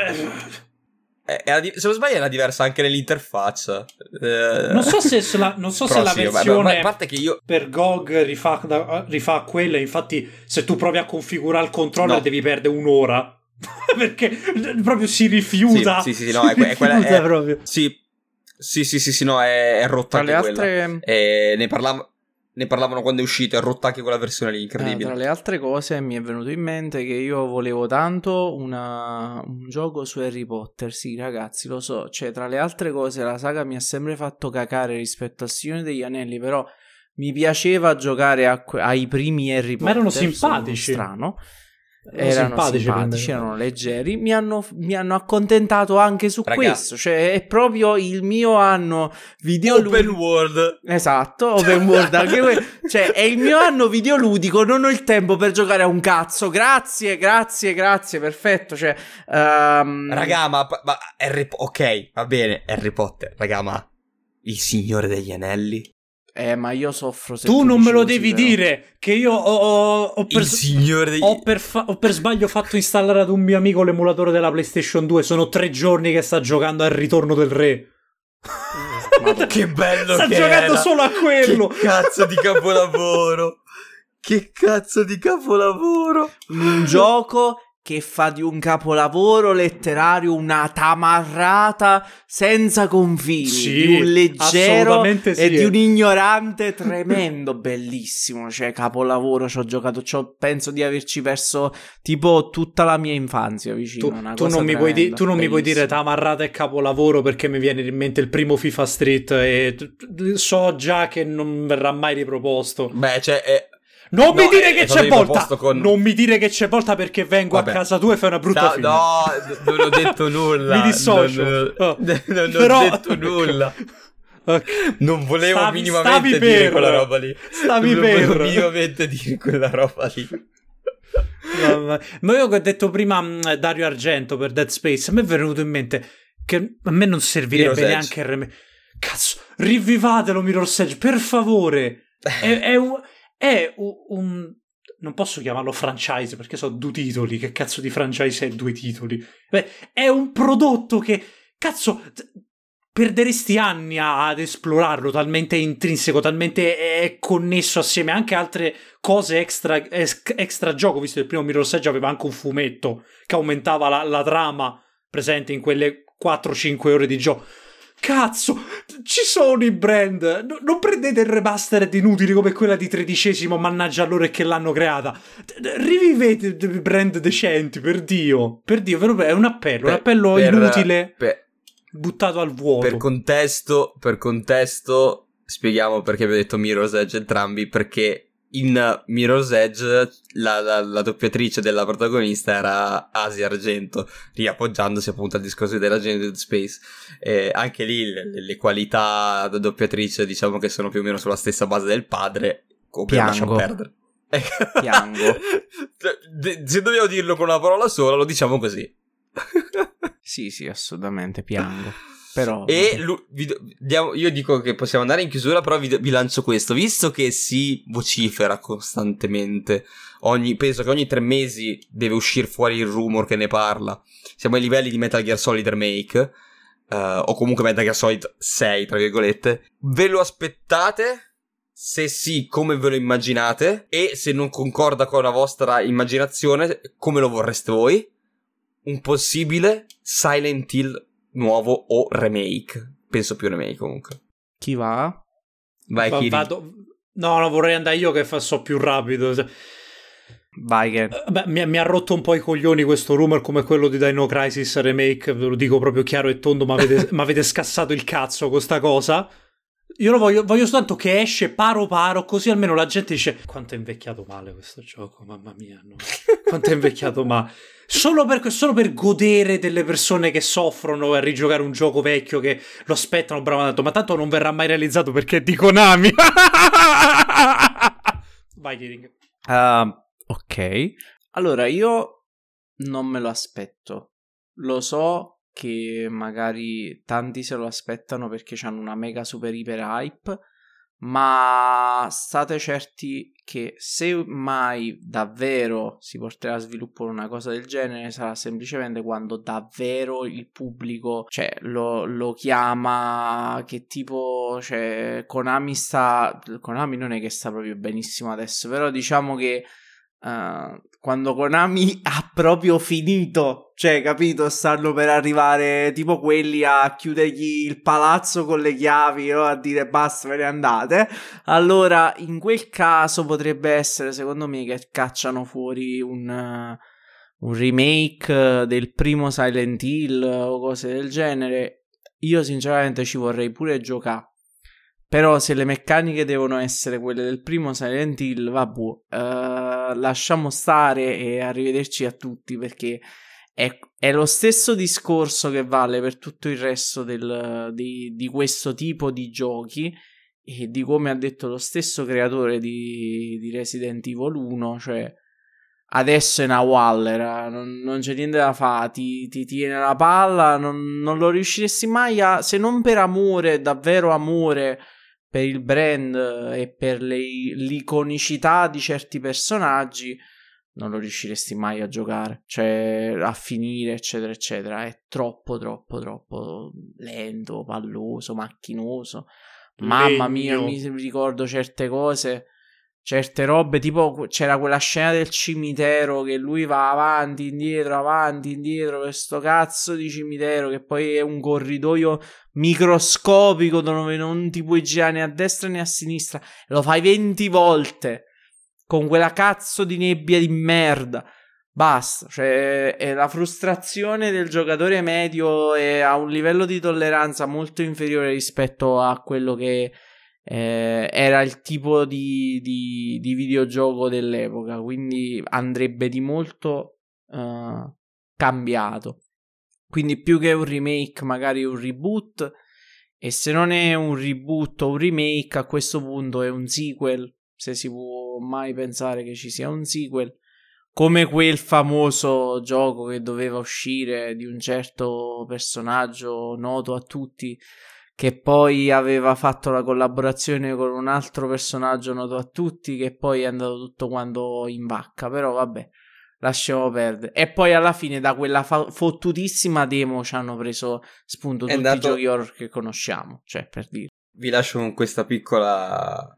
se non sbaglio era diversa anche nell'interfaccia. Non so se la versione a parte che io... per GOG rifà quella. Infatti se tu provi a configurare il controller devi perdere un'ora perché proprio si rifiuta. Sì, no, è quella proprio. Sì, no, è rotta anche quella. Ne parlavano quando è uscito, è rotta anche quella versione lì, incredibile. Tra le altre cose mi è venuto in mente che io volevo tanto un gioco su Harry Potter. Sì, ragazzi, lo so, cioè tra le altre cose la saga mi ha sempre fatto cacare rispetto a Signore degli Anelli, però mi piaceva giocare ai primi Harry Potter. Ma erano simpatici. Strano. Erano simpatici, erano leggeri. Mi hanno accontentato anche su questo. Cioè, è proprio il mio anno Open world. Esatto, open world anche cioè, è il mio anno videoludico. Non ho il tempo per giocare a un cazzo. Grazie, perfetto. Cioè, raga, ma ok, va bene, Harry Potter, raga, ma il Signore degli Anelli. Ma io soffro se tu non me lo devi dire che io ho per sbaglio fatto installare ad un mio amico l'emulatore della PlayStation 2. Sono 3 giorni che sta giocando al Ritorno del Re. Che bello sta che giocando era. solo a quello. Che cazzo di capolavoro. Un gioco che fa di un capolavoro letterario una tamarrata senza confini, di un leggero e di un ignorante tremendo, bellissimo, cioè capolavoro. Ci ho giocato, penso di averci perso tipo tutta la mia infanzia vicino. Tu non mi puoi dire tamarrata e capolavoro, perché mi viene in mente il primo FIFA Street e so già che non verrà mai riproposto. Beh, cioè Non mi dire che c'è volta. Non mi dire che c'è volta, perché vengo a casa tua e fai una brutta fine. No, non ho detto nulla. Mi dissocio. Non ho detto nulla. Okay. Non volevo minimamente dire quella roba lì. Non volevo minimamente dire quella roba lì. Ma io che ho detto prima Dario Argento per Dead Space, a me è venuto in mente che a me non servirebbe neanche il remake. Cazzo, rivivatelo Mirror's Edge, per favore. È un non posso chiamarlo franchise perché sono 2 titoli. Che cazzo di franchise è 2 titoli? Beh, è un prodotto che cazzo perderesti anni ad esplorarlo, talmente intrinseco, talmente è connesso assieme anche altre cose extra gioco, visto che il primo Mirror's Edge aveva anche un fumetto che aumentava la trama presente in quelle 4-5 ore di gioco. Cazzo, ci sono i brand. Non prendete il remastered inutili come quella di 13°, mannaggia loro che l'hanno creata. Rivivete dei brand decenti, per Dio. Per Dio, è un appello inutile, buttato al vuoto. Per contesto, spieghiamo perché abbiamo detto Mirror's Edge entrambi, perché in Mirror's Edge la doppiatrice della protagonista era Asia Argento, riappoggiandosi appunto al discorso dell'agente Dead Space. Anche lì le qualità da doppiatrice diciamo che sono più o meno sulla stessa base del padre, come lasciamo perdere. Piango. Se dobbiamo dirlo con una parola sola lo diciamo così. Sì, assolutamente piango. Però io dico che possiamo andare in chiusura, però vi lancio questo, visto che si vocifera costantemente, penso che ogni 3 mesi deve uscire fuori il rumor che ne parla, siamo ai livelli di Metal Gear Solid Remake, o comunque Metal Gear Solid 6 tra virgolette. Ve lo aspettate? Se sì, come ve lo immaginate? E se non concorda con la vostra immaginazione, come lo vorreste voi? Un possibile Silent Hill nuovo o remake? Penso più remake comunque. Chi va? Vai, Kiri. No, vorrei andare io che so più rapido. Vai che... mi ha rotto un po' i coglioni questo rumor come quello di Dino Crisis Remake, ve lo dico proprio chiaro e tondo, ma avete scassato il cazzo con sta cosa. Io lo voglio soltanto che esce paro, così almeno la gente dice quanto è invecchiato male questo gioco, mamma mia, no? Quanto è invecchiato male. Solo per godere delle persone che soffrono a rigiocare un gioco vecchio che lo aspettano, bravo, ma tanto non verrà mai realizzato perché è di Konami. Vai, Kiring. Ok. Allora, io non me lo aspetto. Lo so che magari tanti se lo aspettano perché hanno una mega super iper hype, ma state certi che se mai davvero si porterà a sviluppo una cosa del genere sarà semplicemente quando davvero il pubblico, cioè, lo chiama, che tipo, cioè, Konami non è che sta proprio benissimo adesso, però diciamo che quando Konami ha proprio finito, cioè, capito, stanno per arrivare tipo quelli a chiudergli il palazzo con le chiavi, no? A dire basta, ve ne andate. Allora in quel caso potrebbe essere, secondo me, che cacciano fuori un remake del primo Silent Hill o cose del genere. Io sinceramente ci vorrei pure giocare. Però se le meccaniche devono essere quelle del primo Silent Hill, vabbè, lasciamo stare e arrivederci a tutti, perché è lo stesso discorso che vale per tutto il resto di questo tipo di giochi, e di come ha detto lo stesso creatore di Resident Evil 1, cioè adesso è una Wallera, non c'è niente da fare, ti tiene la palla, non lo riusciresti mai se non per amore, davvero amore per il brand e per l'iconicità di certi personaggi, non lo riusciresti mai a giocare, cioè a finire, eccetera eccetera. È troppo lento, palloso, macchinoso. Mamma mia, mi ricordo certe cose, certe robe, tipo c'era quella scena del cimitero che lui va avanti, indietro, questo cazzo di cimitero che poi è un corridoio microscopico dove non ti puoi girare né a destra né a sinistra, lo fai 20 volte con quella cazzo di nebbia di merda. Basta, cioè è la frustrazione del giocatore medio e a un livello di tolleranza molto inferiore rispetto a quello che era il tipo di videogioco dell'epoca, quindi andrebbe di molto cambiato. Quindi più che un remake magari un reboot, e se non è un reboot o un remake a questo punto è un sequel, se si può mai pensare che ci sia un sequel, come quel famoso gioco che doveva uscire di un certo personaggio noto a tutti, che poi aveva fatto la collaborazione con un altro personaggio noto a tutti, che poi è andato tutto quanto in vacca. Però vabbè, lasciamo perdere. E poi alla fine da quella fottutissima demo ci hanno preso spunto tutti i giochi horror che conosciamo, cioè, per dire. Vi lascio con questa piccola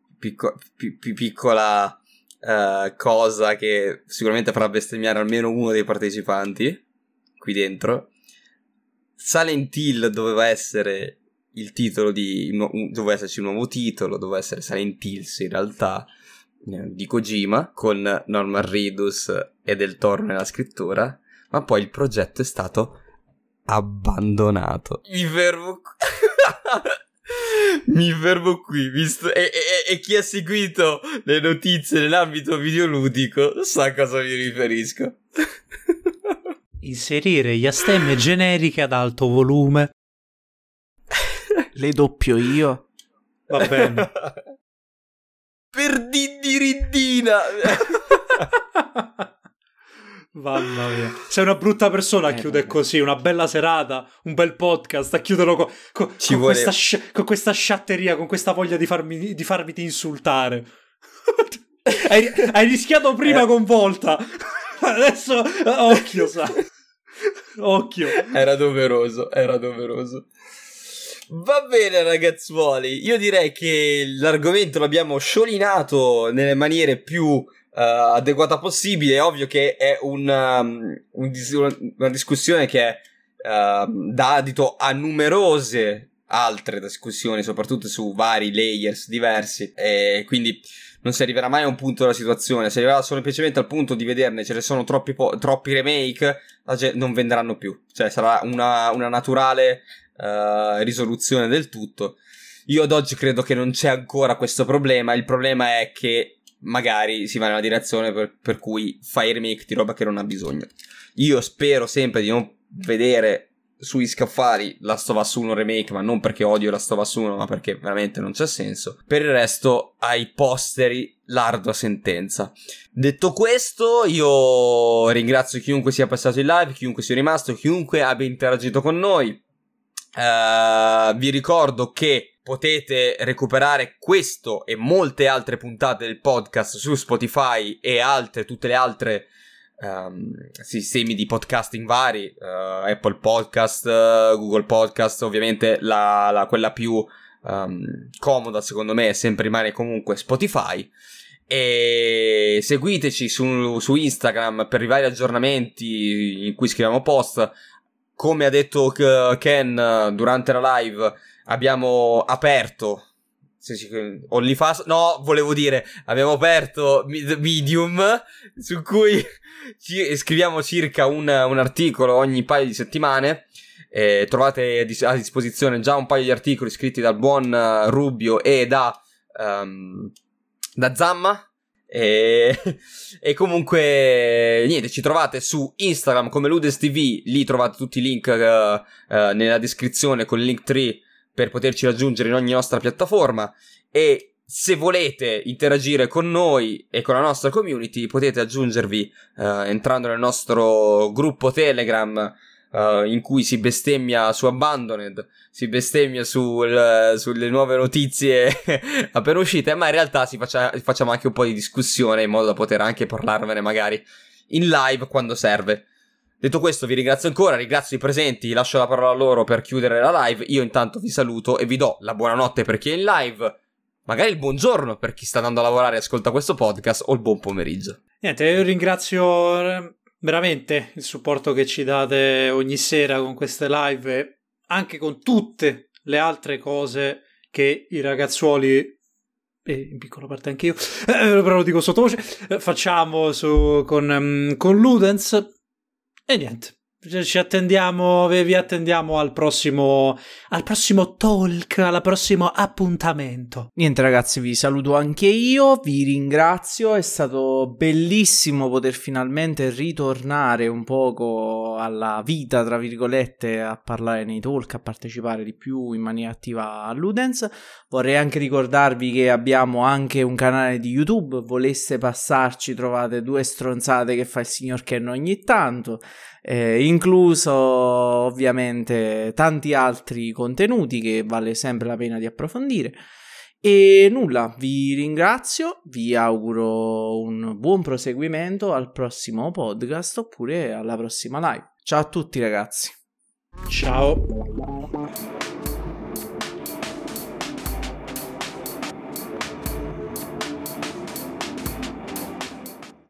cosa che sicuramente farà bestemmiare almeno uno dei partecipanti qui dentro. Silent Hill doveva essere il titolo doveva esserci un nuovo titolo, doveva essere Silent Hills in realtà, di Kojima, con Norman Reedus e Del Toro nella scrittura, ma poi il progetto è stato abbandonato. Mi fermo qui, visto e chi ha seguito le notizie nell'ambito videoludico sa a cosa mi riferisco. Inserire gli astemme generiche ad alto volume. Le doppio io. Va bene. Per Dindiriddina. Mamma mia, sei una brutta persona a chiudere così, una bella serata, un bel podcast, a chiuderlo con questa sciatteria, con questa voglia di farmi insultare. hai rischiato prima con Volta, adesso occhio, sa. Occhio. Era doveroso. Va bene ragazzuoli, io direi che l'argomento l'abbiamo sciolinato nelle maniere più adeguata possibile. È ovvio che è una discussione che dà adito a numerose altre discussioni, soprattutto su vari layers diversi, e quindi non si arriverà mai a un punto della situazione. Si arriverà semplicemente al punto di vederne, ce ne sono troppi remake, non venderanno più, cioè sarà una naturale risoluzione del tutto. Io ad oggi credo che non c'è ancora questo problema. Il problema è che magari si va nella direzione per cui fai remake di roba che non ha bisogno. Io spero sempre di non vedere sui scaffali Last of Us 1 remake, ma non perché odio Last of Us 1, ma perché veramente non c'è senso. Per il resto, ai posteri, l'ardua sentenza. Detto questo, io ringrazio chiunque sia passato in live, chiunque sia rimasto, chiunque abbia interagito con noi. Vi ricordo che potete recuperare questo e molte altre puntate del podcast su Spotify e tutte le altre sistemi di podcasting vari, Apple Podcast, Google Podcast. Ovviamente quella più comoda secondo me rimane comunque Spotify. E seguiteci su Instagram per i vari aggiornamenti in cui scriviamo post. Come ha detto Ken durante la live, abbiamo aperto OnlyFans, no, volevo dire, abbiamo aperto Medium, su cui scriviamo circa un articolo ogni paio di settimane. Trovate a disposizione già un paio di articoli scritti dal buon Rubio e da Zamma. E comunque niente, ci trovate su Instagram come Ludens TV, lì trovate tutti i link nella descrizione con il Linktree per poterci raggiungere in ogni nostra piattaforma. E se volete interagire con noi e con la nostra community, potete aggiungervi entrando nel nostro gruppo Telegram, in cui si bestemmia su Abandoned, si bestemmia sulle nuove notizie appena uscite, ma in realtà facciamo anche un po' di discussione in modo da poter anche parlarvene magari in live quando serve. Detto questo, vi ringrazio ancora, ringrazio i presenti, lascio la parola a loro per chiudere la live. Io intanto vi saluto e vi do la buonanotte per chi è in live, magari il buongiorno per chi sta andando a lavorare e ascolta questo podcast, o il buon pomeriggio. Niente, io ringrazio veramente il supporto che ci date ogni sera con queste live e anche con tutte le altre cose che i ragazzuoli, e in piccola parte anche io, però lo dico sottovoce, facciamo con Ludens. E niente, vi attendiamo al prossimo talk, al prossimo appuntamento. Niente ragazzi, vi saluto anche io, vi ringrazio, è stato bellissimo poter finalmente ritornare un poco alla vita, tra virgolette, a parlare nei talk, a partecipare di più in maniera attiva a Ludens. Vorrei anche ricordarvi che abbiamo anche un canale di YouTube, voleste passarci, trovate 2 stronzate che fa il signor Ken ogni tanto, incluso ovviamente tanti altri contenuti che vale sempre la pena di approfondire. E nulla, vi ringrazio, vi auguro un buon proseguimento al prossimo podcast oppure alla prossima live. Ciao a tutti ragazzi. Ciao.